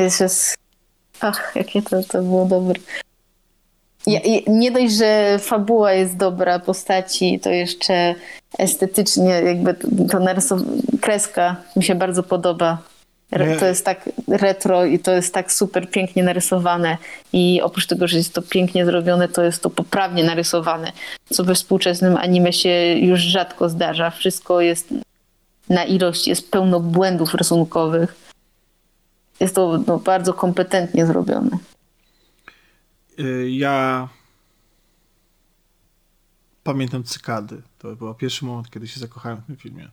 [SPEAKER 3] Jakie to było dobre. Nie dość, że fabuła jest dobra, postaci, to jeszcze estetycznie jakby kreska mi się bardzo podoba. To jest tak retro i to jest tak super pięknie narysowane i oprócz tego, że jest to pięknie zrobione, to jest to poprawnie narysowane, co we współczesnym anime się już rzadko zdarza. Wszystko jest na ilość, jest pełno błędów rysunkowych. Jest to bardzo kompetentnie zrobione.
[SPEAKER 4] Ja pamiętam Cykady. To był pierwszy moment, kiedy się zakochałem w tym filmie.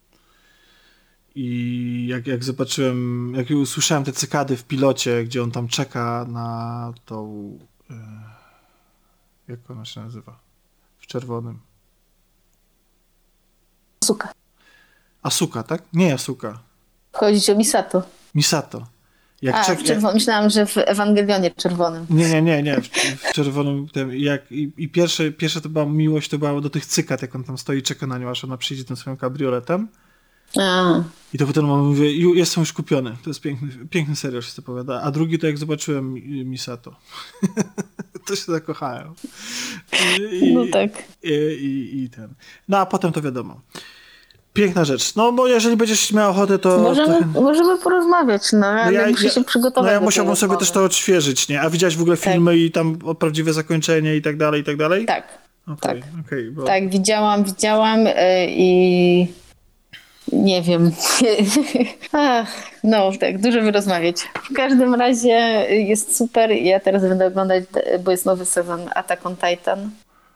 [SPEAKER 4] I jak zobaczyłem, jak usłyszałem te Cykady w pilocie, gdzie on tam czeka na tą... jak ona się nazywa? W czerwonym. Asuka, tak? Nie Asuka.
[SPEAKER 3] Chodzi ci o Misato.
[SPEAKER 4] Misato.
[SPEAKER 3] Myślałam, że w Ewangelionie czerwonym.
[SPEAKER 4] Nie. W czerwonym. I pierwsze to była miłość, to była do tych Cykad, jak on tam stoi i czeka na nią, aż ona przyjdzie tym swoim kabrioletem. I to potem mówię, jestem już kupiony. To jest piękny serial, się to powiada. A drugi to jak zobaczyłem Misato. To się zakochałem.
[SPEAKER 3] No tak.
[SPEAKER 4] I ten. No a potem to wiadomo. Piękna rzecz. No bo jeżeli będziesz miał ochotę, to...
[SPEAKER 3] Możemy porozmawiać, ale muszę się przygotować.
[SPEAKER 4] No ja musiałbym sobie też to odświeżyć, nie? A widziałeś w ogóle filmy i tam prawdziwe zakończenie i tak dalej, i tak dalej?
[SPEAKER 3] Tak.
[SPEAKER 4] Okay,
[SPEAKER 3] Tak, widziałam i nie wiem. Dużo wyrozmawiać. W każdym razie jest super. Ja teraz będę oglądać, bo jest nowy sezon Attack on Titan.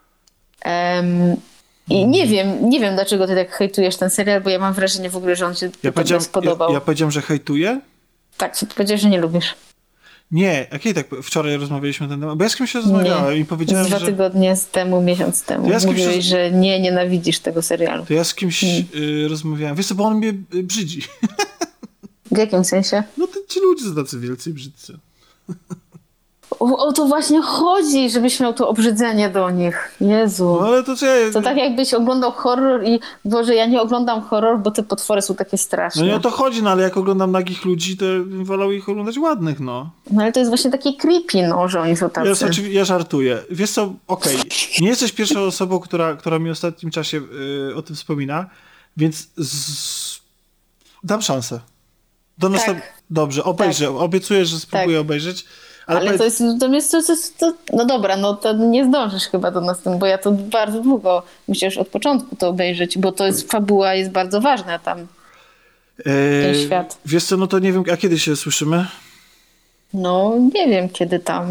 [SPEAKER 3] I nie wiem, dlaczego ty tak hejtujesz ten serial, bo ja mam wrażenie w ogóle, że on się spodobał.
[SPEAKER 4] Ja powiedziałem, że hejtuję?
[SPEAKER 3] Tak, ty powiedziałeś, że nie lubisz.
[SPEAKER 4] Nie, tak wczoraj rozmawialiśmy na ten temat, bo ja z kimś rozmawiałem i powiedziałem,
[SPEAKER 3] 2 tygodnie temu, miesiąc temu. Mówiłeś, że nienawidzisz tego serialu.
[SPEAKER 4] To ja z kimś rozmawiałem. Wiesz co, bo on mnie brzydzi.
[SPEAKER 3] W jakim sensie?
[SPEAKER 4] No to ci ludzie są tacy wielcy i brzydcy.
[SPEAKER 3] O to właśnie chodzi, żebyś miał to obrzydzenie do nich. Jezu.
[SPEAKER 4] No ale
[SPEAKER 3] to tak jakbyś oglądał horror i Boże, ja nie oglądam horror, bo te potwory są takie straszne.
[SPEAKER 4] No nie o to chodzi, no ale jak oglądam nagich ludzi, to bym wolał ich oglądać ładnych, no.
[SPEAKER 3] No ale to jest właśnie takie creepy, no, że oni są tacy.
[SPEAKER 4] Ja żartuję. Wiesz co, okej. Nie jesteś pierwszą osobą, która mi w ostatnim czasie o tym wspomina, więc dam szansę. Dobrze, obejrzę. Tak. Obiecuję, że spróbuję obejrzeć.
[SPEAKER 3] Ale to jest, no dobra, no to nie zdążysz chyba do następnego, bo ja to bardzo długo musisz od początku to obejrzeć, bo to jest, fabuła jest bardzo ważna tam, ten świat.
[SPEAKER 4] Wiesz co, no to nie wiem, a kiedy się słyszymy?
[SPEAKER 3] No nie wiem, kiedy tam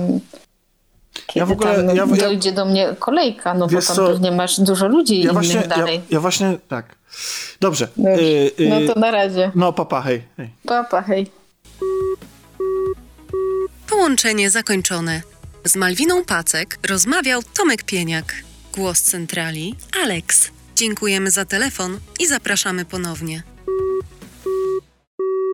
[SPEAKER 3] dojdzie do mnie kolejka, no bo tam pewnie masz dużo ludzi innych dalej.
[SPEAKER 4] Ja właśnie, tak. Dobrze.
[SPEAKER 3] No to na razie.
[SPEAKER 4] No, papa, hej.
[SPEAKER 3] Papa, hej.
[SPEAKER 2] Połączenie zakończone. Z Malwiną Pacek rozmawiał Tomek Pieniak. Głos centrali Alex. Dziękujemy za telefon i zapraszamy ponownie.